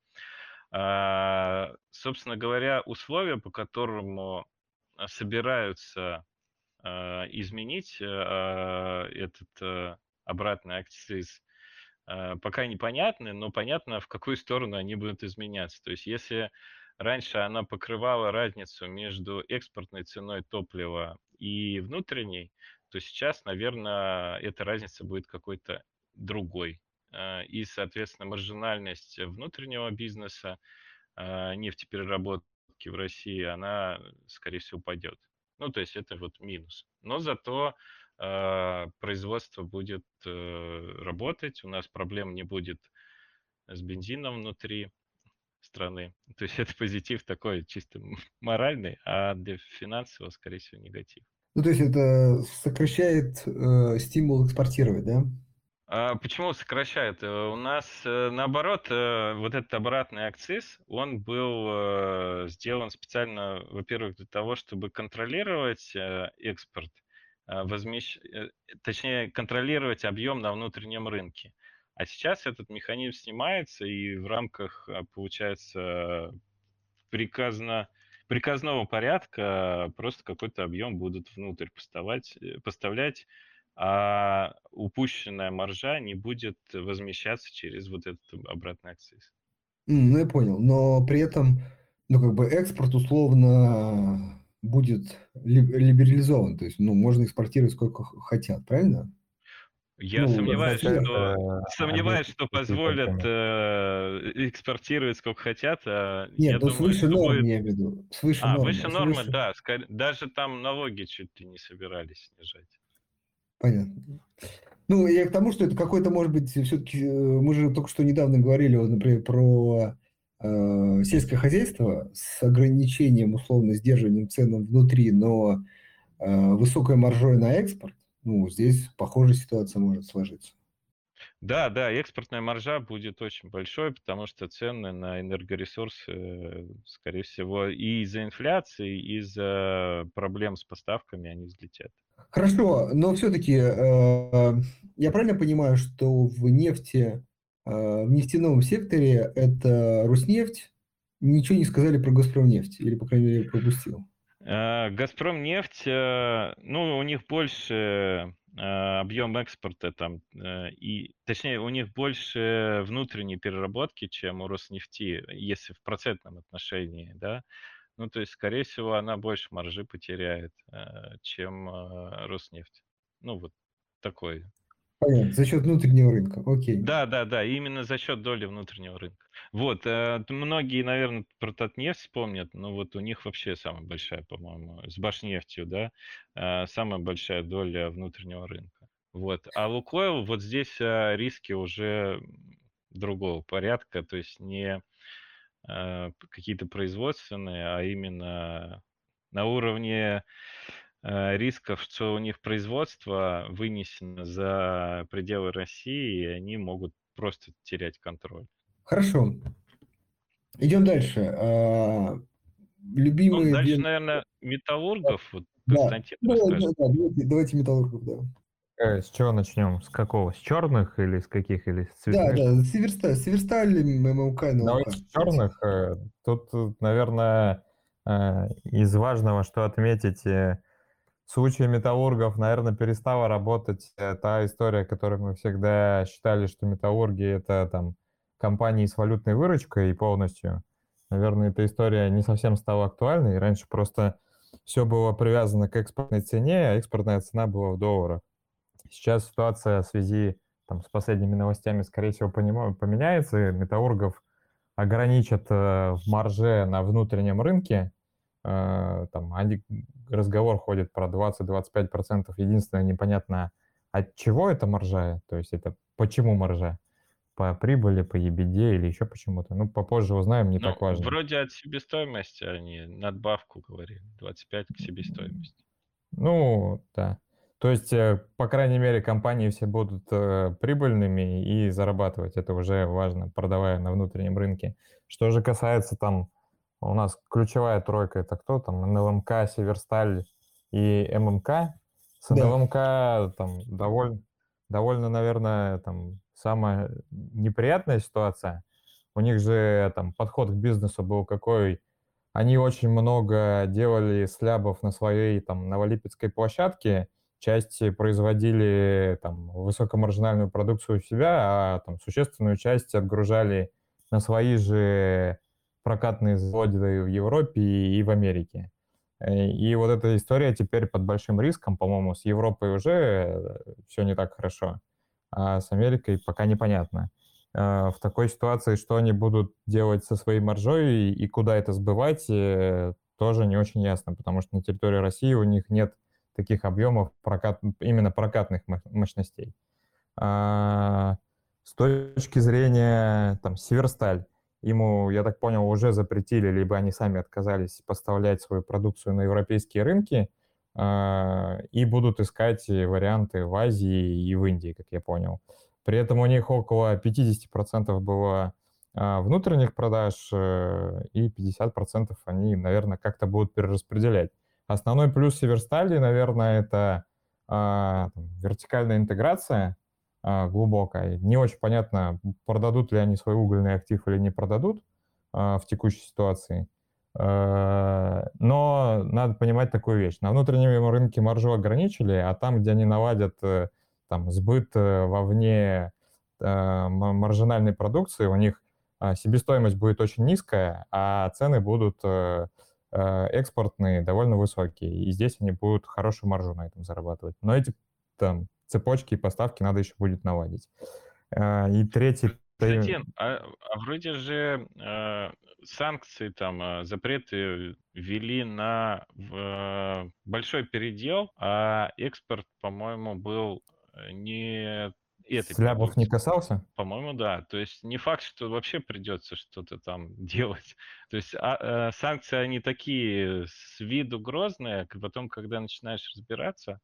А, Собственно говоря, условия, по которому а, собираются а, изменить а, этот а, обратный акциз, а, пока непонятны, но понятно, в какую сторону они будут изменяться. То есть если раньше она покрывала разницу между экспортной ценой топлива и внутренней, то сейчас, наверное, эта разница будет какой-то другой. А, И, соответственно, маржинальность внутреннего бизнеса а, нефтепереработки в России, она, скорее всего, упадет. Ну, то есть это вот минус. Но зато а, производство будет э, работать, у нас проблем не будет с бензином внутри страны. То есть это позитив такой чисто моральный, а для финансового, скорее всего, негатив. Ну, то есть это сокращает э, стимул экспортировать, да? А почему сокращает? Э, У нас, э, наоборот, э, вот этот обратный акциз, он был э, сделан специально, во-первых, для того, чтобы контролировать э, экспорт, э, возмещ- э, точнее, контролировать объем на внутреннем рынке. А сейчас этот механизм снимается, и в рамках, э, получается, приказно, приказного порядка просто какой-то объем будут внутрь поставлять, э, поставлять, а упущенная маржа не будет возмещаться через вот этот обратный акциз. М, ну, я понял. Но при этом, ну, как бы экспорт условно будет ли- либерализован. То есть, ну, можно экспортировать сколько х- хотят, правильно? Я Ну, Это сомневаюсь, Россия. что э, сомневаюсь, объективно что какие-то позволят темы. э, экспортировать сколько хотят. А я Нет, ну, думаю, свыше что норм, будет. я имею в виду. Свыше А, нормы. выше нормы, Свыше. да. скорее- Даже там налоги чуть ли не собирались снижать. Понятно. Ну, я к тому, что это какой-то, может быть, все-таки, мы же только что недавно говорили, вот, например, про э, сельское хозяйство с ограничением, условно, сдерживанием цен внутри, но э, высокой маржой на экспорт. Ну, здесь похожая ситуация может сложиться. Да, да, экспортная маржа будет очень большой, потому что цены на энергоресурсы, э, скорее всего, и из-за инфляции, и из-за проблем с поставками они взлетят. Хорошо, но все-таки я правильно понимаю, что в нефти, э, в нефтяном секторе это Руснефть, ничего не сказали про Газпромнефть, или, по крайней мере, пропустил? Э, Газпромнефть, э, ну, у них больше э, объем экспорта там, э, и, точнее, у них больше внутренней переработки, чем у Роснефти, если в процентном отношении, да. Ну, то есть, скорее всего, она больше маржи потеряет, э, чем э, Роснефть. Ну, вот такой. Понятно, за счет внутреннего рынка, окей. Да, да, да, именно за счет доли внутреннего рынка. Вот, э, т- многие, наверное, про Татнефть вспомнят, но вот у них вообще самая большая, по-моему, с Башнефтью, да, э, самая большая доля внутреннего рынка. Вот, а Лукойл, вот здесь э, риски уже другого порядка, то есть не э, какие-то производственные, а именно на уровне э, рисков, что у них производство вынесено за пределы России, и они могут просто терять контроль. Хорошо, идем дальше. А, Ну, любимые дальше, две... наверное, металлургов, вот Да, Константин давай, да, расскажет. да, давайте, давайте металлургов, да. Э, С чего начнем? С какого? С черных или с каких? Или с Да, цветных? да, Северсталь, Северсталь, ММК, НЛК. Давайте с черных. Э, Тут, э, наверное, э, из важного, что отметить, э, в случае металлургов, наверное, перестала работать э, та история, которую мы всегда считали, что металлурги — это там компании с валютной выручкой и полностью. Наверное, эта история не совсем стала актуальной. Раньше просто все было привязано к экспортной цене, а экспортная цена была в долларах. Сейчас ситуация в связи там, с последними новостями, скорее всего, понимо- поменяется. Металлургов ограничат э, в марже на внутреннем рынке. Э, там они, разговор ходит про двадцать-двадцать пять процентов. Единственное, непонятно, от чего это маржа, то есть это почему маржа? По прибыли, по ебиде или еще почему-то. Ну, попозже узнаем, не Ну, так важно. вроде от себестоимости они надбавку говорили, двадцать пять к себестоимости. Ну, да. То есть, э, по крайней мере, компании все будут э, прибыльными и зарабатывать. Это уже важно, продавая на внутреннем рынке. Что же касается там, у нас ключевая тройка — это кто там? эн эл эм ка, Северсталь и эм эм ка. С Да. эн эл эм ка там довольно, довольно, наверное, там самая неприятная ситуация. У них же там подход к бизнесу был какой: они очень много делали слябов на своей там новолипецкой площадке, часть производили там высокомаржинальную продукцию у себя, а там существенную часть отгружали на свои же прокатные заводы в Европе и в Америке. Э, И вот эта история теперь под большим риском, по-моему, с Европой уже все не так хорошо, а с Америкой пока непонятно. Э, В такой ситуации, что они будут делать со своей маржой и куда это сбывать, э, тоже не очень ясно, потому что на территории России у них нет таких объемов прокат, именно прокатных мо- мощностей. А, С точки зрения там Северсталь, ему, я так понял, уже запретили, либо они сами отказались поставлять свою продукцию на европейские рынки э, и будут искать варианты в Азии и в Индии, как я понял. При этом у них около пятьдесят процентов было э, внутренних продаж, э, и пятьдесят процентов они, наверное, как-то будут перераспределять. Основной плюс Северстали, наверное, это э, там, вертикальная интеграция э, глубокая. Не очень понятно, продадут ли они свой угольный актив или не продадут э, в текущей ситуации. Э, но надо понимать такую вещь. На внутреннем рынке маржу ограничили, а там, где они наладят э, там, сбыт э, вовне э, маржинальной продукции, у них э, себестоимость будет очень низкая, а цены будут... Э, экспортные довольно высокие, и здесь они будут хорошую маржу на этом зарабатывать. Но эти там цепочки и поставки надо еще будет наладить. И третий... Кстати, а, а вроде же э, санкции, там, э, запреты ввели на в, большой передел, а экспорт, по-моему, был не... этой Слябов не касался? По-моему, да. То есть не факт, что вообще придется что-то там делать. То есть а, а, санкции, они такие с виду грозные, а потом, когда начинаешь разбираться,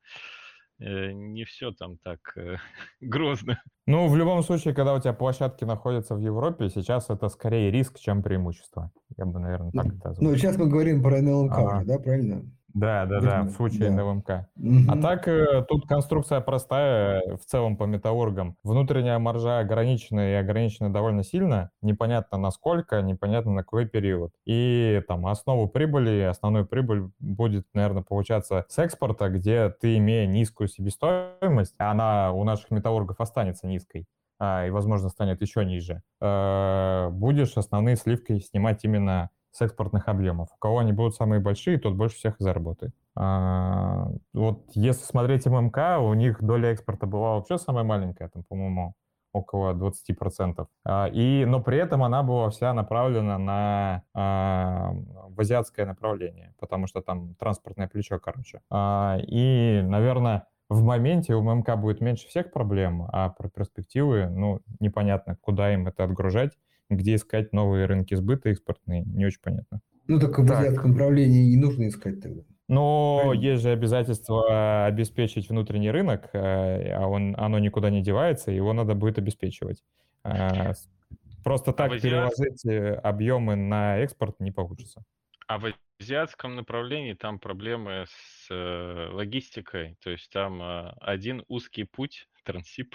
э, не все там так э, грозно. Ну, в любом случае, когда у тебя площадки находятся в Европе, сейчас это скорее риск, чем преимущество. Я бы, наверное, так это озвучил. Ну, сейчас мы говорим про эн эл эм ка Ага. уже, да, правильно? Да, да, да, в случае Да. эн эл эм ка. Мгм. А так, э, тут конструкция простая э, в целом по металлургам. Внутренняя маржа ограничена и ограничена довольно сильно. Непонятно насколько, непонятно на какой период. И там основу прибыли, основную прибыль будет, наверное, получаться с экспорта, где ты, имея низкую себестоимость, она у наших металлургов останется низкой, а, и, возможно, станет еще ниже, э, будешь основные сливки снимать именно с экспортных объемов. У кого они будут самые большие, тот больше всех и заработает. А, вот если смотреть эм эм ка, у них доля экспорта была вообще самая маленькая, там, по-моему, около двадцать процентов. А, и, но при этом она была вся направлена на а, в азиатское направление, потому что там транспортное плечо, короче. А, и, наверное, в моменте у эм эм ка будет меньше всех проблем, а про перспективы, ну, непонятно, куда им это отгружать, где искать новые рынки сбыта экспортные, не очень понятно. Ну, так в Так. азиатском направлении не нужно искать тогда. Но Правильно. есть же обязательство обеспечить внутренний рынок, э, а он, оно никуда не девается, его надо будет обеспечивать. А, с- Просто А в так азиат- переложить э, объемы на экспорт не получится. А в азиатском направлении там проблемы с э, логистикой. То есть там э, один узкий путь, Трансип,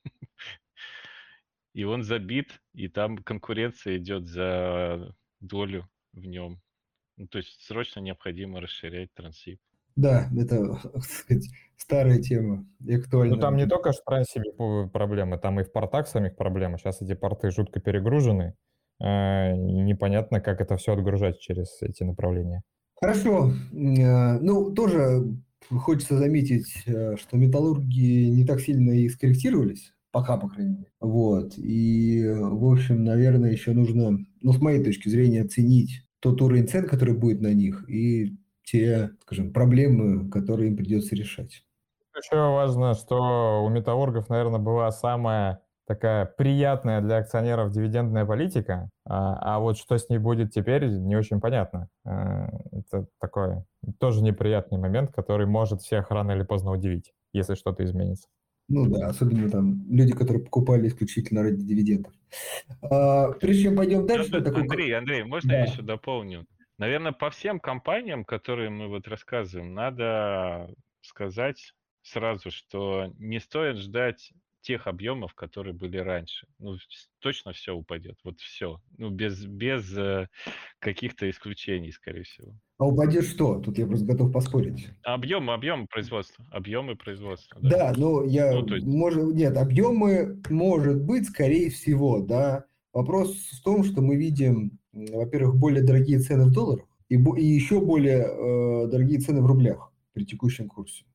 и он забит, и там конкуренция идет за долю в нем. Ну, то есть срочно необходимо расширять Трансип. Да, это, так сказать, старая тема, и актуальная. Ну, там не только в Трансибе по- проблемы, там и в портах самих проблемы. Сейчас эти порты жутко перегружены, э, и непонятно, как это все отгружать через эти направления. Хорошо. Э, Ну, тоже хочется заметить, э, что металлурги не так сильно и скорректировались, пока, по крайней мере. Вот. И, э, в общем, наверное, еще нужно, ну, с моей точки зрения, оценить тот уровень цен, который будет на них, и те, скажем, проблемы, которые им придется решать. Еще важно, что у металлургов, наверное, была самая такая приятная для акционеров дивидендная политика, а, а вот что с ней будет теперь, не очень понятно. А, Это такой тоже неприятный момент, который может всех рано или поздно удивить, если что-то изменится. Ну да, особенно там люди, которые покупали исключительно ради дивидендов. А, прежде чем пойдем дальше, Ну, такой... Андрей, Андрей, можно Да. я еще дополню? Наверное, по всем компаниям, которые мы вот рассказываем, надо сказать сразу, что не стоит ждать тех объемов, которые были раньше. Ну, с- точно все упадет. Вот все. Ну, без, без э, каких-то исключений, скорее всего. А упадет что? Тут я просто готов поспорить. Объем, объем производства. Объемы производства, да. Да, но я, Ну, то есть- может, нет, объемы, может быть, скорее всего, да. Вопрос в том, что мы видим, м, во-первых, более дорогие цены в долларах и, бо- и еще более э, дорогие цены в рублях при текущем курсе.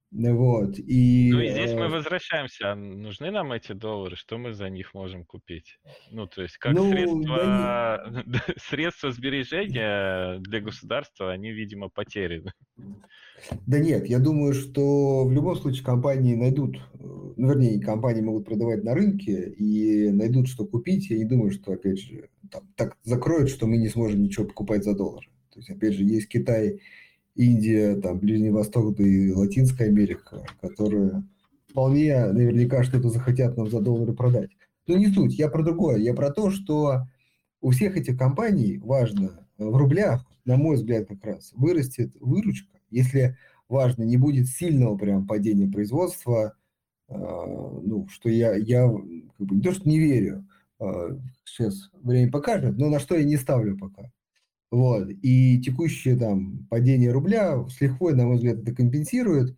Вот. И, Ну и здесь мы э, возвращаемся. А нужны нам эти доллары? Что мы за них можем купить? Ну, то есть как ну, да, не- средства, средства сбережения для государства, они, видимо, потеряны. да нет, я думаю, что в любом случае компании найдут, э, ну, вернее, компании могут продавать на рынке и найдут, что купить. Я не думаю, что, опять же, там, так закроют, что мы не сможем ничего покупать за доллары. То есть, опять же, есть Китай, Индия, там, Ближний Восток, да и Латинская Америка, которые вполне наверняка что-то захотят нам за доллары продать. Но не суть, я про другое. Я про то, что у всех этих компаний важно э, в рублях, на мой взгляд, как раз вырастет выручка, если важно, не будет сильного прям падения производства, э, ну, что я, я как бы, не то, что не верю, э, сейчас время покажет, но на что я не ставлю пока. Вот. И текущее там падение рубля с лихвой, на мой взгляд, это компенсирует.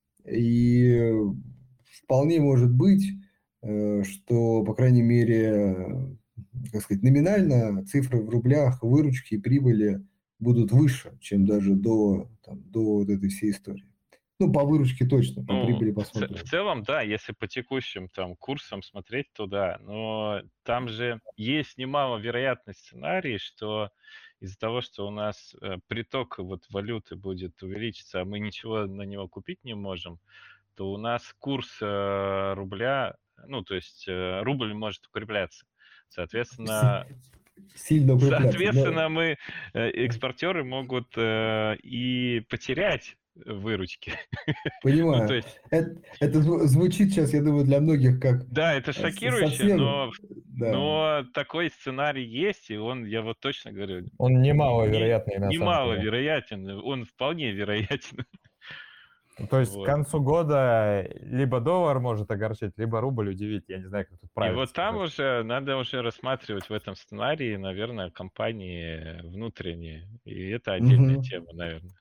И вполне может быть, э, что, по крайней мере, как сказать, номинально цифры в рублях, выручки и прибыли будут выше, чем даже до, там, до вот этой всей истории. Ну, по выручке точно, по Ну, прибыли в, ц- в посмотрим. целом, да, если по текущим там курсам смотреть, то да. Но там же есть немало вероятный сценарий, что из-за того, что у нас э, приток вот валюты будет увеличиться, а мы ничего на него купить не можем, то у нас курс э, рубля, ну, то есть э, рубль может укрепляться. Соответственно, Сильно укрепляться. Но, соответственно, мы, э, экспортеры могут э, и потерять выручки. Ну, то понимаю. есть, Это, это зв- звучит сейчас, я думаю, для многих как да, это э, с- шокирующе, совсем, но, да. но такой сценарий есть, и он, я вот точно говорю, Он не, немаловероятный на самом немало деле. вероятен, он вполне вероятен. То есть к Вот. концу года либо доллар может огорчить, либо рубль удивить. Я не знаю, как тут И правильно вот там сказать. уже надо уже рассматривать в этом сценарии, наверное, компании внутренние. И это отдельная Мгм. тема, наверное.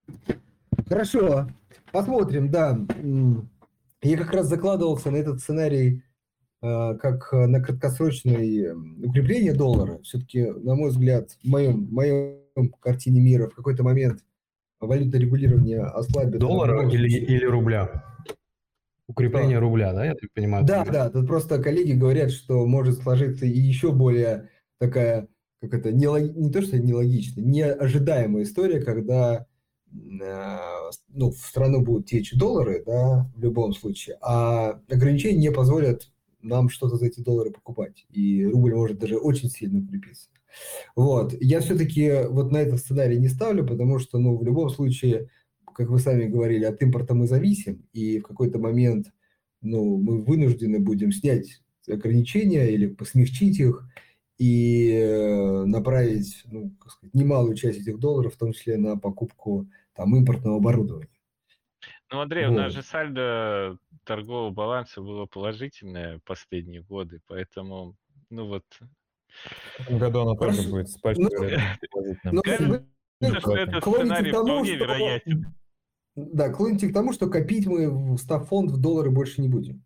Хорошо, посмотрим, да. М, Я как раз закладывался на этот сценарий э, как э, на краткосрочное м, укрепление доллара. Все-таки, на мой взгляд, в моем, в моем картине мира в какой-то момент валютное регулирование ослабится в Доллара любом или, случае. или рубля? Укрепление Что? рубля, да, я так понимаю, ты Да, говоришь? да, тут просто коллеги говорят, что может сложиться и еще более такая, как это, нелог- не то что нелогичная, неожидаемая история, когда м, э, ну, в страну будут течь доллары, да, в любом случае, а ограничения не позволят нам что-то за эти доллары покупать, и рубль может даже очень сильно укрепиться. Вот, я все-таки вот на этот сценарий не ставлю, потому что, ну, в любом случае, как вы сами говорили, от импорта мы зависим, и в какой-то момент, ну, мы вынуждены будем снять ограничения или смягчить их и э, направить, ну, как сказать, немалую часть этих долларов, в том числе на покупку там импортного оборудования. Ну, Андрей, у нас Вот. же сальдо торгового баланса было положительное последние годы, поэтому, ну вот, В этом году оно тоже Хорошо. будет с большой Ну, вероятностью положительным. но вы кажется, что вы этот клоните к сценарий тому, вполне что вероятен. да, клоните к тому, что копить мы в стаффонд в доллары больше не будем.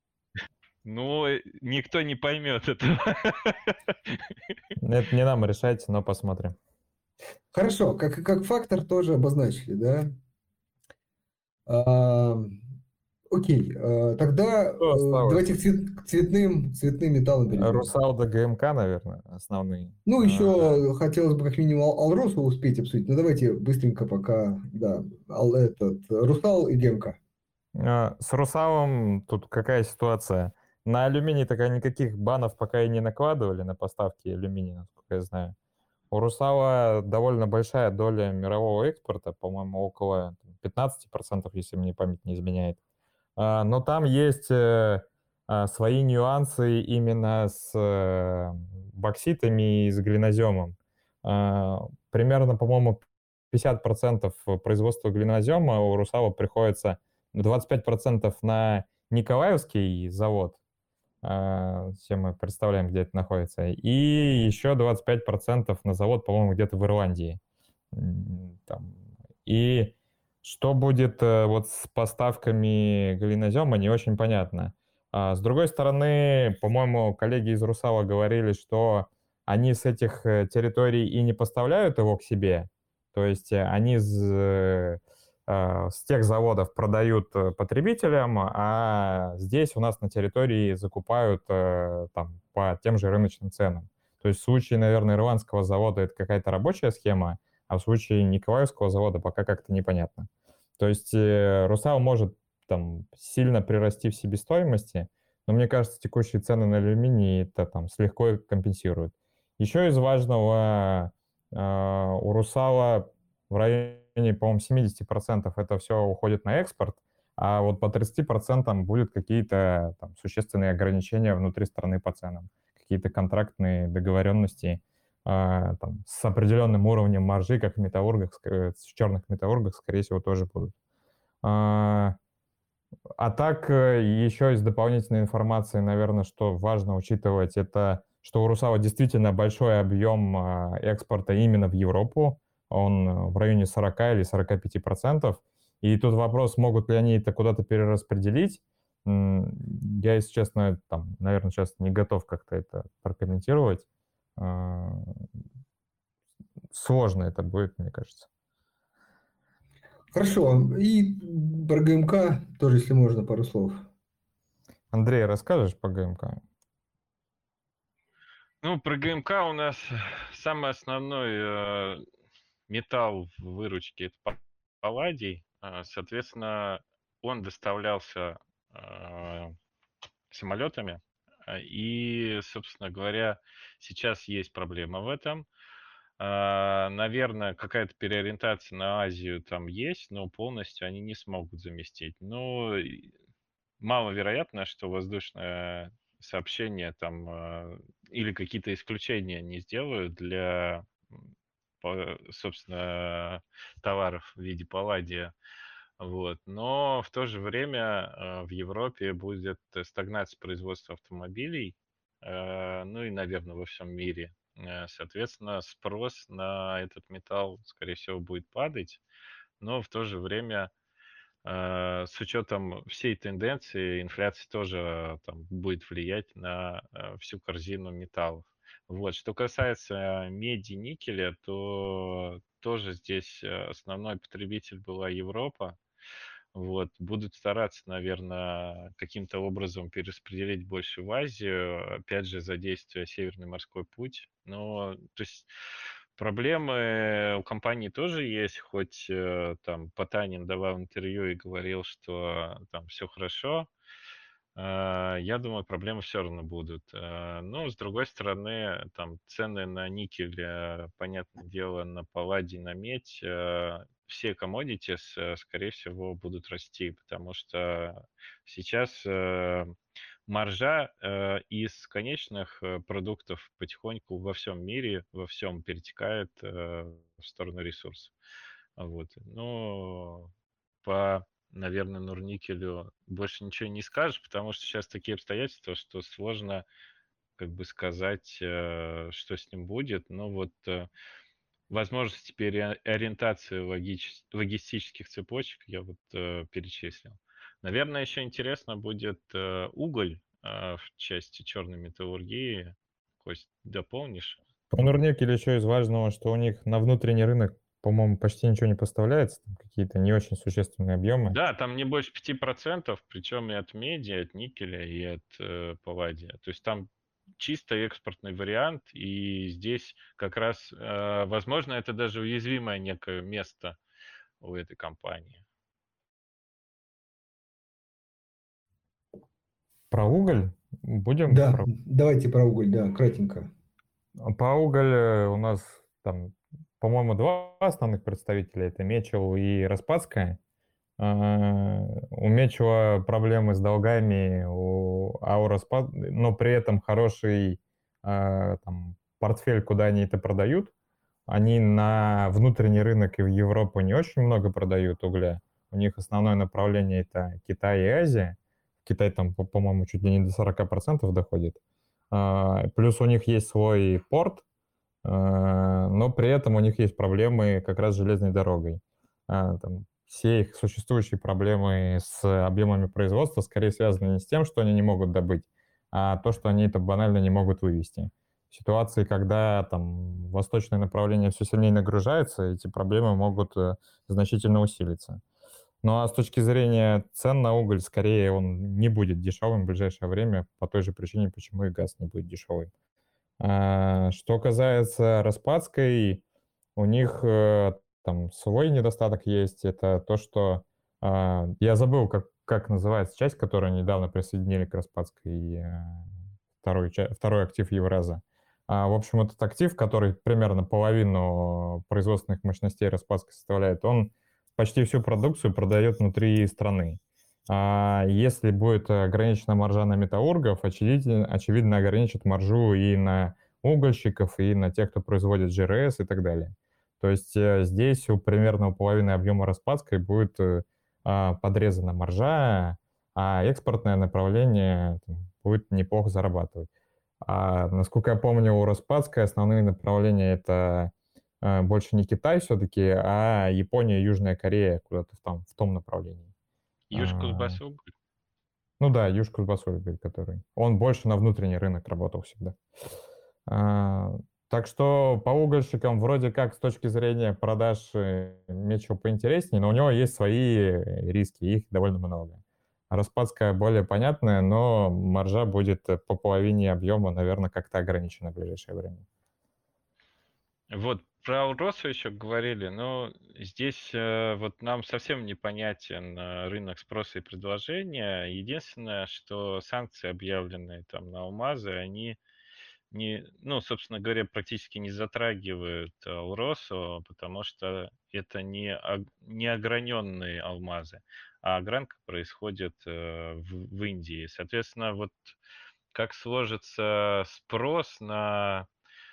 Но никто не поймет этого. Это не нам решать, но посмотрим. Хорошо, как, как фактор тоже обозначили, да? А, окей, а, тогда Что э, осталось? давайте к, цвет- к цветным, цветным металлам перейдем. Русалда ГМК, наверное, основные. Ну, А, еще хотелось бы как минимум Ал- Алросу успеть обсудить, но давайте быстренько пока, да, Ал- этот, Русал и ГМК. а, С Русалом тут какая ситуация? На алюминий так никаких банов пока и не накладывали на поставки алюминия, насколько я знаю. У Русала довольно большая доля мирового экспорта, по-моему, около пятнадцати процентов, если мне память не изменяет. А, Но там есть э, а, свои нюансы именно с э, бокситами и с глиноземом. А, Примерно, по-моему, пятьдесят процентов производства глинозема у Русала приходится двадцать пять процентов на Николаевский завод, а, все мы представляем, где это находится, и еще двадцать пять процентов на завод, по-моему, где-то в Ирландии. М, Там. И что будет э, вот с поставками глинозема, не очень понятно. А с другой стороны, по-моему, коллеги из Русала говорили, что они с этих э, территорий и не поставляют его к себе, то есть э, они з- э, э, с тех заводов продают э, потребителям, а здесь у нас на территории закупают э, там, по тем же рыночным ценам. То есть в случае, наверное, ирландского завода это какая-то рабочая схема, а в случае Николаевского завода пока как-то непонятно. То есть э, «Русал» может там сильно прирасти в себестоимости, но мне кажется, текущие цены на алюминий это там слегка компенсируют. Еще из важного, э, у «Русала» в районе, по-моему, семьдесят процентов это все уходит на экспорт, а вот по тридцати процентам будут какие-то там существенные ограничения внутри страны по ценам, какие-то контрактные договоренности э, там, с определенным уровнем маржи, как в металлургах, в черных металлургах, скорее всего, тоже будут. А, а так, еще из дополнительной информации, наверное, что важно учитывать, это что у «Русала» действительно большой объем экспорта именно в Европу. Он в районе сорока или сорока пяти процентов. И тут вопрос, могут ли они это куда-то перераспределить. Я, если честно, там, наверное, сейчас не готов как-то это прокомментировать. Сложно это будет, мне кажется. Хорошо. И про ГМК тоже, если можно, пару слов. Андрей, расскажешь по ГМК? Ну, про ГМК у нас самый основной э, металл в выручке – это палладий. Э, соответственно, он доставлялся э, самолетами. И, собственно говоря, сейчас есть проблема в этом. Э, наверное, какая-то переориентация на Азию там есть, но полностью они не смогут заместить. Но маловероятно, что воздушное сообщение там э, или какие-то исключения не сделают для, по- собственно, товаров в виде палладия. Вот. Но в то же время э, в Европе будет стагнация производства автомобилей, э, ну и, наверное, во всем мире. Э, Соответственно, спрос на этот металл, скорее всего, будет падать, но в то же время э, с учетом всей тенденции инфляция тоже э, там будет влиять на э, всю корзину металлов. Вот. Что касается меди, никеля, то тоже здесь э, основной потребитель была Европа. Вот. Будут стараться, наверное, каким-то образом перераспределить больше в Азию, опять же, задействуя Северный морской путь. Но, то есть, проблемы у компании тоже есть, хоть э, там Потанин давал интервью и говорил, что там все хорошо. Э, Я думаю, проблемы все равно будут. Э, Но, с другой стороны, там цены на никель, э, понятное дело, на палладий, на медь, э, все commodities, э, скорее всего, будут расти, потому что сейчас э, маржа э, из конечных э, продуктов потихоньку во всем мире, во всем перетекает э, в сторону ресурсов. Вот. Но по, наверное, Норникелю больше ничего не скажешь, потому что сейчас такие обстоятельства, что сложно как бы сказать, э, что с ним будет. Но вот э, возможности переориентации логич- логистических цепочек я вот э, перечислил. Наверное, еще интересно будет э, уголь э, в части черной металлургии. Кость, дополнишь? По Норникелю еще из важного, что у них на внутренний рынок, по-моему, почти ничего не поставляется, там какие-то не очень существенные объемы. Да, там не больше пяти процентов, причем и от меди, и от никеля, и от э, палладия. То есть там чисто экспортный вариант, и здесь как раз, э, возможно, это даже уязвимое некое место у этой компании. Про уголь будем? Да, Про- давайте про уголь, да, кратенько. По уголь у нас там, по-моему, два основных представителя. Это Мечел и Распадская. А, У Мечева проблемы с долгами, у, а у Распад... но при этом хороший а, там, портфель, куда они это продают. Они на внутренний рынок и в Европу не очень много продают угля. У них основное направление это Китай и Азия. Китай там, по- по-моему, чуть ли не до сорока процентов доходит. А, Плюс у них есть свой порт, а, но при этом у них есть проблемы как раз с железной дорогой. А, Там, все их существующие проблемы с объемами производства скорее связаны не с тем, что они не могут добыть, а то, что они это банально не могут вывести. В ситуации, когда там восточное направление все сильнее нагружается, эти проблемы могут э, значительно усилиться. Ну а с точки зрения цен на уголь, скорее он не будет дешевым в ближайшее время по той же причине, почему и газ не будет дешевым. А, что касается Распадской, у них э, там свой недостаток есть. Это то, что а, я забыл, как, как называется часть, которую недавно присоединили к Распадской, э, второй, ча- второй актив Евраза. А, в общем, этот актив, который примерно половину производственных мощностей Распадской составляет, он почти всю продукцию продает внутри страны. А если будет ограничена маржа на металлургов, очевидно, очевидно ограничит маржу и на угольщиков, и на тех, кто производит джи эр эс и так далее. То есть э, здесь у примерно у половины объема Распадской будет э, а, подрезана маржа, а экспортное направление там, будет неплохо зарабатывать. А, насколько я помню, у Распадской основные направления это э, больше не Китай все-таки, а Япония и Южная Корея куда-то в том, в том направлении. А, Южкузбассу. ну да, Южкузбассоль, который. Он больше на внутренний рынок работал всегда. А, так что по угольщикам вроде как с точки зрения продаж э, Мечо поинтереснее, но у него есть свои риски, их довольно много. Распадская более понятная, но маржа будет э, по половине объема, наверное, как-то ограничена в ближайшее время. Вот про Уросу еще говорили, но здесь э, вот нам совсем непонятен э, рынок спроса и предложения. Единственное, что санкции, объявленные там на алмазы, они не, ну, собственно говоря, практически не затрагивают э, Уросу, потому что это не, ог- не ограненные алмазы, а огранка происходит э, в, в Индии. Соответственно, вот как сложится спрос на,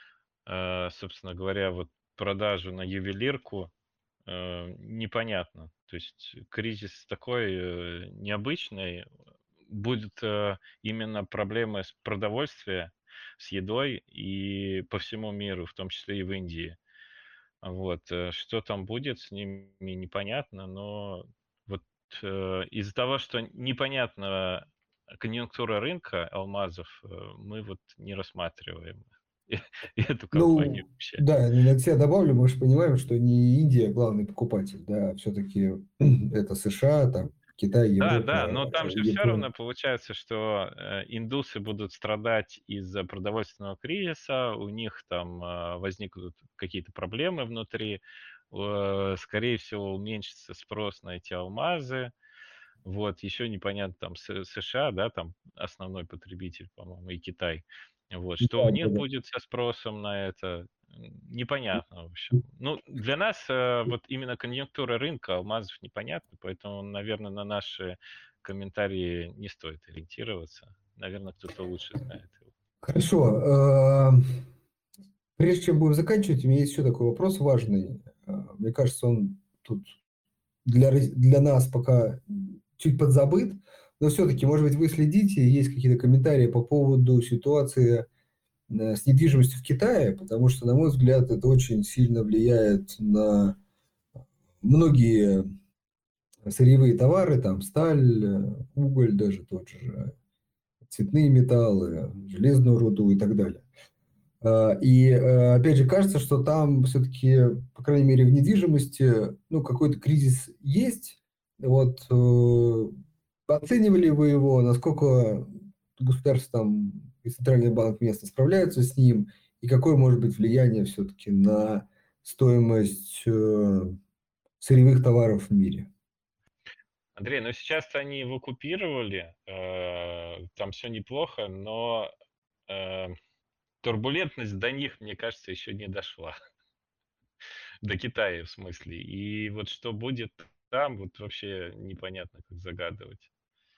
э, собственно говоря, вот продажу на ювелирку, э, непонятно. То есть кризис такой э, необычный. Будет э, именно проблемы с продовольствием, с едой и по всему миру, в том числе и в Индии. Вот. э, Что там будет с ними, непонятно, но вот э, из-за того, что непонятна конъюнктура рынка алмазов, э, мы вот не рассматриваем эту компанию Ну, вообще. да, я от себя добавлю, мы же понимаем, что не Индия главный покупатель, да, все-таки это США, там, Китай, Да, Европа, да, но там э, же все равно Япония. получается, что э, индусы будут страдать из-за продовольственного кризиса, у них там э, возникнут какие-то проблемы внутри, э, скорее всего, уменьшится спрос на эти алмазы. Вот, еще непонятно, там С- США, да, там основной потребитель, по-моему, и Китай. Вот, что у Да, да, них да. будет со спросом на это, м, непонятно, в общем. Ну, для нас э, вот именно конъюнктура рынка алмазов непонятна, поэтому, наверное, на наши комментарии не стоит ориентироваться. Наверное, кто-то лучше знает его. Хорошо. э, Прежде чем будем заканчивать, у меня есть еще такой вопрос важный. Э, Мне кажется, он тут для, ры- для нас пока чуть подзабыт, но все-таки, может быть, вы следите, есть какие-то комментарии по поводу ситуации э, с недвижимостью в Китае, потому что, на мой взгляд, это очень сильно влияет на многие сырьевые товары, там сталь, э, уголь, даже тот же, цветные металлы, железную руду и так далее. А, И э, опять же, кажется, что там все-таки, по крайней мере, в недвижимости, ну, какой-то кризис есть. Вот э, оценивали вы его, насколько государство там и Центральный банк местно справляются с ним, и какое может быть влияние все-таки на стоимость э, сырьевых товаров в мире? Андрей, ну сейчас-то они его купировали, э, там все неплохо, но э, турбулентность до них, мне кажется, еще не дошла. До Китая, в смысле. И вот что будет там, вот вообще непонятно, как загадывать.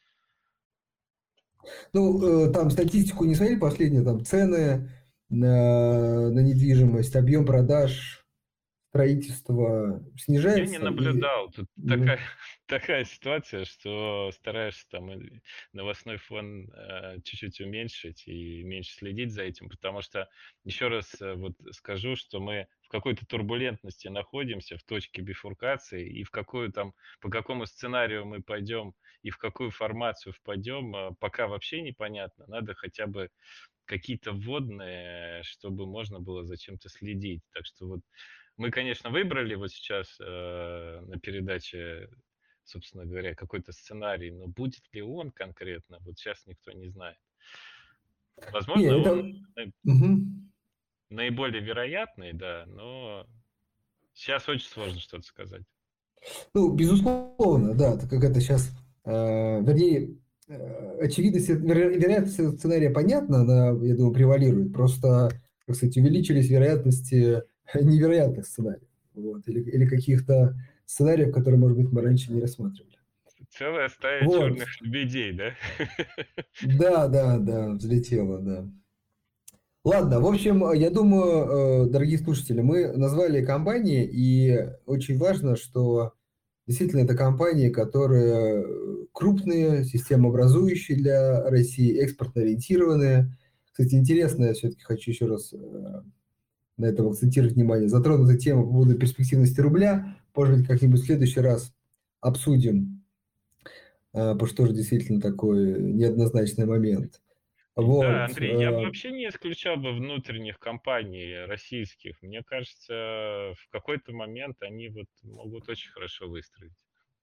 Ну, э, там статистику не смотрели, последние там цены на, на недвижимость, объем продаж, строительство Я не снижается или... наблюдал. Тут такая, Мгм. такая ситуация, что стараешься там и новостной фон э, чуть-чуть уменьшить и меньше следить за этим, потому что, еще раз э, вот скажу, что мы в какой-то турбулентности находимся, в точке бифуркации, и в какую там, по какому сценарию мы пойдем и в какую формацию впадем, э, пока вообще непонятно. Надо хотя бы какие-то вводные, чтобы можно было за чем-то следить. Так что вот мы, конечно, выбрали вот сейчас э, на передаче собственно говоря, какой-то сценарий, но будет ли он конкретно, вот сейчас никто не знает. Не, Возможно, это... он наи- Мгм. наиболее вероятный, да, но сейчас очень сложно что-то сказать. Ну, безусловно, да, так как это сейчас, вернее, э, очевидность, и веро- вероятность этого сценария понятна, она, я думаю, превалирует. Просто, так сказать, увеличились вероятности невероятных сценариев. Вот, или, или каких-то сценариев, которые, может быть, мы раньше не рассматривали. Целая стая Вот. черных лебедей, да? Да, да, да, взлетело, да. Ладно, в общем, я думаю, э, дорогие слушатели, мы назвали компании, и очень важно, что действительно это компании, которые э, крупные, системообразующие для России, экспортно ориентированные. Кстати, интересно, я все-таки хочу еще раз э, на этом акцентировать внимание, затронута тема по поводу перспективности рубля. Может быть, как-нибудь в следующий раз обсудим, э, потому что тоже действительно такой неоднозначный момент. Да, Вот. Андрей, я бы э, вообще не исключал бы внутренних компаний российских. Мне кажется, в какой-то момент они вот могут очень хорошо выстроить.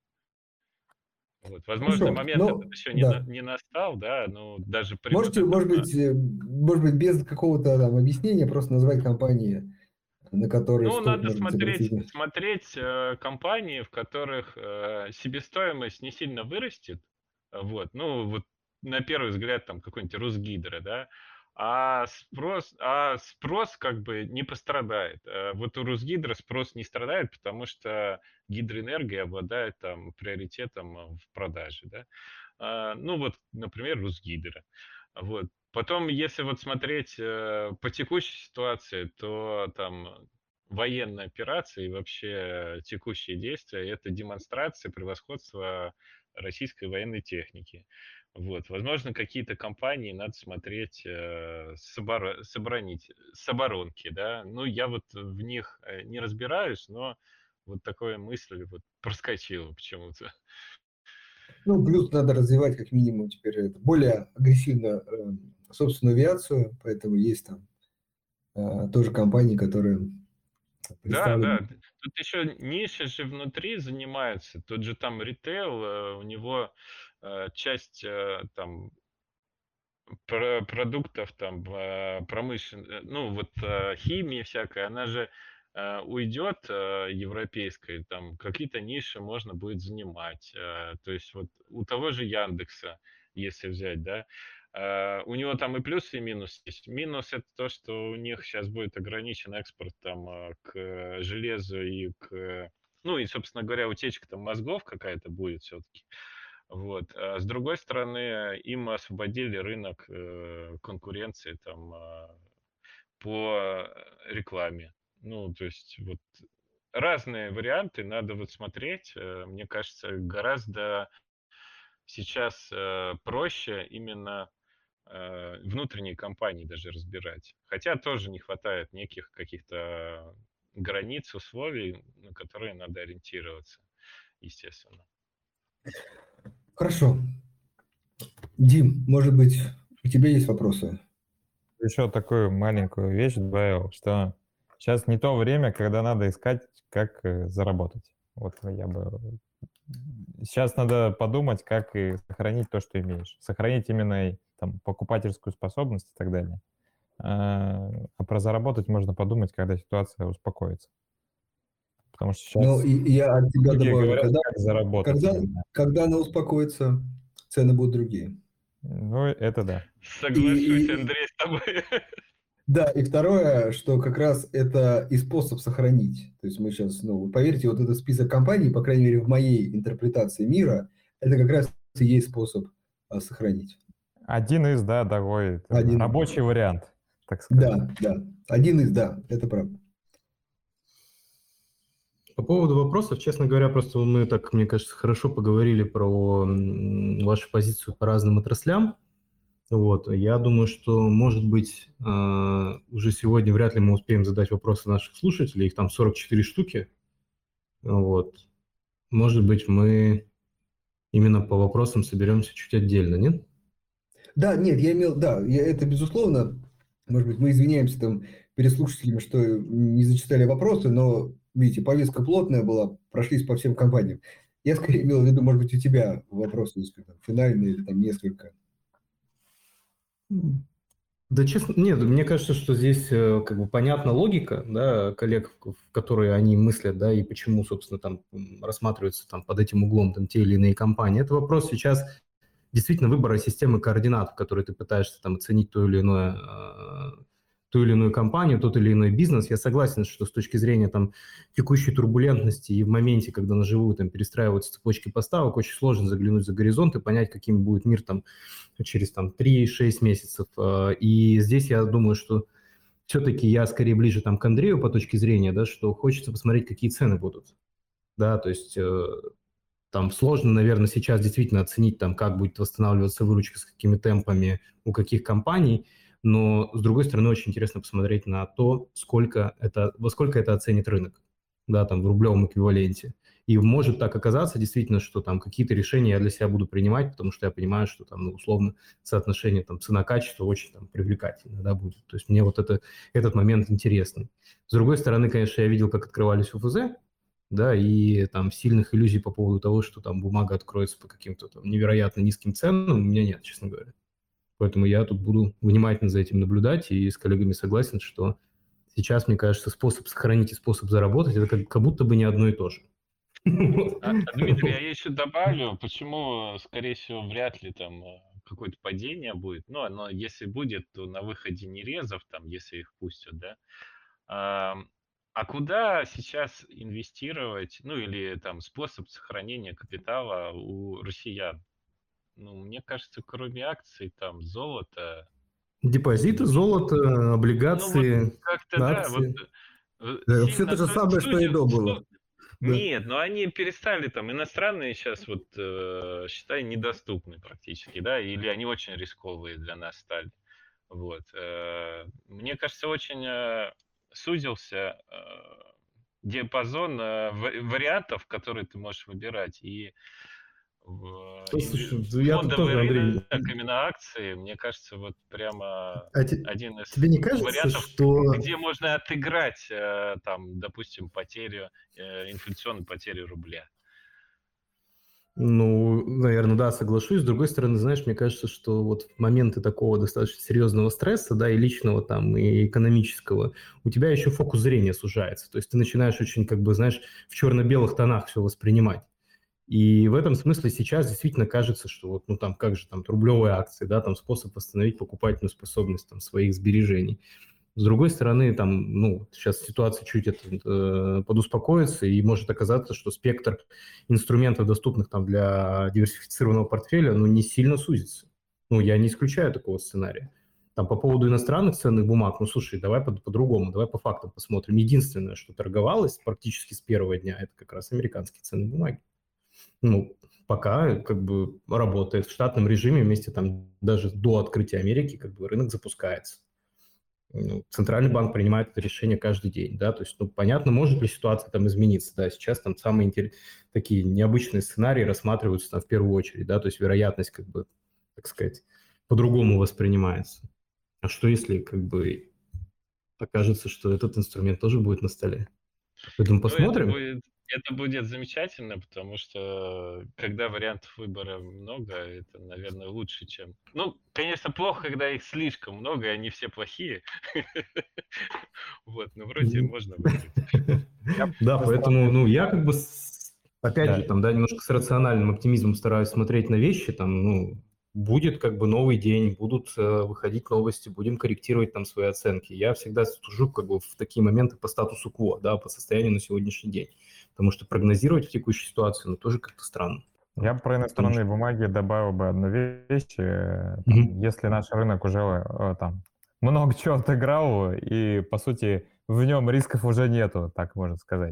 Вот. Возможно, Хорошо, момент этот ну, еще не, на- да. не настал, да, ну даже при вот Можете, этом... может а, быть, э, может быть, без какого-то там объяснения просто назвать компании, на которые Ну, стоит, надо может быть, обратить смотреть, внимание. смотреть э, компании, в которых э, себестоимость не сильно вырастет. э, Вот, ну, вот на первый взгляд, там какой-нибудь Русгидро, да, а спрос, а спрос как бы не пострадает. Э, Вот у Русгидро спрос не страдает, потому что гидроэнергия обладает там приоритетом э, в продаже, да. А, Ну, вот, например, Русгидро. Вот. Потом, если вот смотреть э, по текущей ситуации, то там военные операции и вообще текущие действия – это демонстрация превосходства российской военной техники. Вот. Возможно, какие-то компании надо смотреть э, с, оборо- с, оборонить- с оборонки, да. Ну, я вот в них э, не разбираюсь, но вот такая мысль вот проскочила почему-то. Ну, плюс надо развивать как минимум теперь это, более агрессивно э, собственную авиацию, поэтому есть там э, тоже компании, которые Да, представлены. да. т- Тут еще ниши же внутри занимаются. Тут же там ритейл, э, у него э, часть э, там про- продуктов там промышленных, ну вот э, химии всякая, она же э, уйдет э, европейской, там какие-то ниши можно будет занимать. Э, То есть вот у того же Яндекса, если взять, да, э, у него там и плюсы, и минусы есть. Минус это то, что у них сейчас будет ограничен экспорт там э, к железу и к, ну и, собственно говоря, утечка там мозгов какая-то будет все-таки. Вот. А с другой стороны, им освободили рынок э, конкуренции там а, по рекламе. Ну, то есть вот разные варианты надо вот смотреть. Э, Мне кажется, гораздо сейчас э, проще именно э, внутренние компании даже разбирать. Хотя тоже не хватает неких каких-то границ, условий, на которые надо ориентироваться, естественно. Хорошо. Дим, может быть, у тебя есть вопросы? Еще такую маленькую вещь добавил, что сейчас не то время, когда надо искать, как э, заработать. Вот я бы... Сейчас надо подумать, как и сохранить то, что имеешь. Сохранить именно и, там, покупательскую способность и так далее. А а про заработать можно подумать, когда ситуация успокоится. Потому что Ну, сейчас и, и я от тебя многие добавлю, говорят, когда, как заработать когда, именно. когда она успокоится, цены будут другие. Ну, это да. И, Соглашусь, и, Андрей, с тобой. Да, и второе, что как раз это и способ сохранить. То есть мы сейчас, ну, вы поверьте, вот этот список компаний, по крайней мере, в моей интерпретации мира, это как раз и есть способ а, сохранить. Один из, да, такой это, Один. рабочий вариант, так сказать. Да, да. Один из, да, это правда. По поводу вопросов, честно говоря, просто мы так, мне кажется, хорошо поговорили про м, вашу позицию по разным отраслям. Вот, я думаю, что, может быть, э, уже сегодня вряд ли мы успеем задать вопросы наших слушателей, их там сорок четыре штуки. Вот, может быть, мы именно по вопросам соберемся чуть отдельно, нет? Да, нет, я имел, да, я, это безусловно, может быть, мы извиняемся там перед слушателями, что не зачитали вопросы, но, видите, повестка плотная была, прошлись по всем компаниям. Я скорее имел в виду, может быть, у тебя вопрос несколько финальный или там несколько. Да, честно, нет, мне кажется, что здесь э, как бы понятна логика, да, коллег, в в которой они мыслят, да, и почему, собственно, там м, рассматриваются там под этим углом там те или иные компании. Это вопрос сейчас действительно выбора системы координат, в которой ты пытаешься там оценить то или иное, э, ту или иную компанию, тот или иной бизнес. Я согласен, что с точки зрения там текущей турбулентности и в моменте, когда на живую там перестраиваются цепочки поставок, очень сложно заглянуть за горизонт и понять, каким будет мир там через там три-шесть месяцев. Э, И здесь я думаю, что все-таки я скорее ближе там к Андрею по точке зрения, да, что хочется посмотреть, какие цены будут. Да, то есть э, там сложно, наверное, сейчас действительно оценить, там, как будет восстанавливаться выручка, с какими темпами у каких компаний, но, с другой стороны, очень интересно посмотреть на то, сколько это, во сколько это оценит рынок, да, там, в рублевом эквиваленте. И может так оказаться действительно, что там какие-то решения я для себя буду принимать, потому что я понимаю, что там, ну, условно, соотношение там цена-качество очень там привлекательно, да, будет. То есть мне вот это, этот момент интересный. С другой стороны, конечно, я видел, как открывались ОФЗ, да, и там сильных иллюзий по поводу того, что там бумага откроется по каким-то там невероятно низким ценам, у меня нет, честно говоря. Поэтому я тут буду внимательно за этим наблюдать и с коллегами согласен, что сейчас, мне кажется, способ сохранить и способ заработать, это как, как будто бы не одно и то же. А, а, Дмитрий, я еще добавлю, почему, скорее всего, вряд ли там э, какое-то падение будет. Ну, оно, если будет, то на выходе не резов, там, если их пустят, да. А, а куда сейчас инвестировать, ну, или там способ сохранения капитала у россиян? Ну, мне кажется, кроме акций, там, золото, Депозиты, ну, золото, ну вот облигации, как-то, да, вот акции. э, Да, все то сильно же су- самое, что и сузил, до было. Да. нет, но они перестали там, иностранные сейчас вот, э, считай, недоступны практически, да, или они очень рисковые для нас стали. Вот. э, Мне кажется, очень э, сузился э, диапазон э, ва- вариантов, которые ты можешь выбирать. И в инве- Слушай, я тут фондовый тоже, Андрей, рынок, именно акции, мне кажется, вот прямо а те- один из тебе не кажется, вариантов, что где можно отыграть, э, там, допустим, потерю, э, инфляционную потерю рубля. Ну, наверное, да, соглашусь. С другой стороны, знаешь, мне кажется, что вот в моменты такого достаточно серьезного стресса, да, и личного там, и экономического, у тебя еще фокус зрения сужается. То есть ты начинаешь очень, как бы, знаешь, в черно-белых тонах все воспринимать. И в этом смысле сейчас действительно кажется, что вот, ну, там, как же там, рублевые акции, да, там, способ восстановить покупательную способность там своих сбережений. С другой стороны, там, ну, сейчас ситуация чуть это, э, подуспокоится, и может оказаться, что спектр инструментов, доступных там для диверсифицированного портфеля, ну, не сильно сузится. Ну, я не исключаю такого сценария. Там по поводу иностранных ценных бумаг, ну, слушай, давай по- по-другому, давай по фактам посмотрим. Единственное, что торговалось практически с первого дня, это как раз американские ценные бумаги. Ну, пока как бы работает в штатном режиме вместе там даже до открытия Америки, как бы рынок запускается. Ну, Центральный банк принимает это решение каждый день, да, то есть, ну, понятно, может ли ситуация там измениться, да, сейчас там самые интер... такие необычные сценарии рассматриваются там в первую очередь, да, то есть вероятность, как бы, так сказать, по-другому воспринимается. А что если, как бы, окажется, что этот инструмент тоже будет на столе? Поэтому Ну, это посмотрим. будет, это будет замечательно, потому что когда вариантов выбора много, это, наверное, лучше, чем... Ну, конечно, плохо, когда их слишком много, и они все плохие. Вот, но вроде можно выбрать. Я Да, поэтому, ну, я как бы, с- опять же, Да. там, да, немножко с рациональным оптимизмом стараюсь смотреть на вещи, там, ну, будет как бы новый день, будут э, выходить новости, будем корректировать там свои оценки. Я всегда сужу как бы в такие моменты по статусу кво, да, по состоянию на сегодняшний день, потому что прогнозировать в текущей ситуации, ну, тоже как-то странно. Я про Потому иностранные что- бумаги добавил бы одну вещь. э, там, Мгм. Если наш рынок уже э, там много чего отыграл, и, по сути, в нем рисков уже нету, так можно сказать,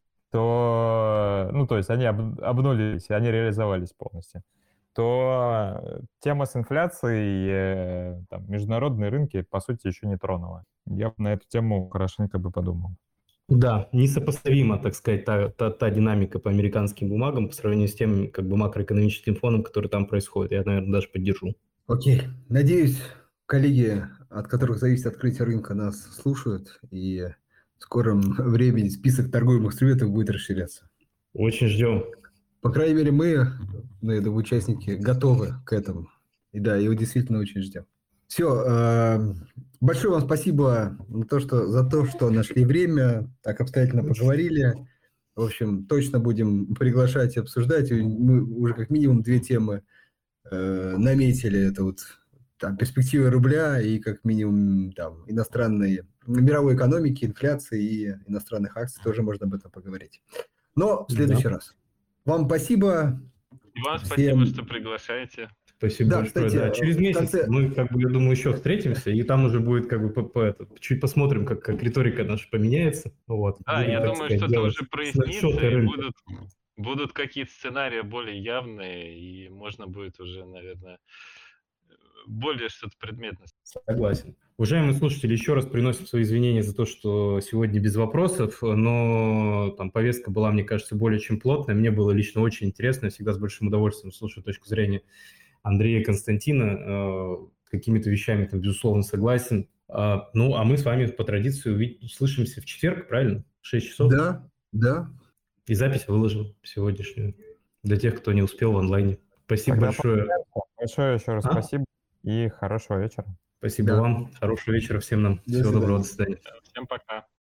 то, ну, то есть они об- обнулились, и они реализовались полностью, то э, тема с инфляцией, э, там, международные рынки, по сути, еще не тронула. Я бы на эту тему хорошенько бы подумал. Да, несопоставима, так сказать, та, та, та динамика по американским бумагам по сравнению с тем, как бы, макроэкономическим фоном, который там происходит. Я, наверное, даже поддержу. Окей. Надеюсь, коллеги, от которых зависит открытие рынка, нас слушают, и в скором времени список торгуемых инструментов будет расширяться. Очень ждем. По крайней мере, мы, ну, я думаю, участники готовы к этому. И да, его действительно очень ждем. Все, большое вам спасибо на то, что, за то, что нашли время, так обстоятельно поговорили. В общем, точно будем приглашать и обсуждать. Мы уже как минимум две темы э, наметили. Это вот там, перспективы рубля и как минимум там, иностранные, мировой экономики, инфляции и иностранных акций. Тоже можно об этом поговорить. Но в следующий да. раз. Вам спасибо. И вам Всем... спасибо, что приглашаете. Спасибо да, большое. кстати, Да. Через месяц конце... мы, как бы, я думаю, еще встретимся, и там уже будет как бы по, по, это, чуть посмотрим, как, как риторика наша поменяется. Вот. Да, будем, я думаю, сказать, что-то уже прояснится, и рынка. будут, будут какие-то сценарии более явные, и можно будет уже, наверное, более что-то предметное. Согласен. Уважаемые слушатели, еще раз приносим свои извинения за то, что сегодня без вопросов, но там повестка была, мне кажется, более чем плотная. Мне было лично очень интересно, я всегда с большим удовольствием слушаю точку зрения Андрея и Константина, э, с какими-то вещами, там, безусловно, согласен. А, ну, а мы с вами по традиции увид- услышимся в четверг, правильно? В шесть часов? Да, да. И запись выложим сегодняшнюю для тех, кто не успел в онлайне. Спасибо Тогда большое. Большое еще раз а? спасибо и хорошего вечера. Спасибо да. вам. Хорошего вечера всем нам. До Всего свидания. доброго. До свидания. Всем пока.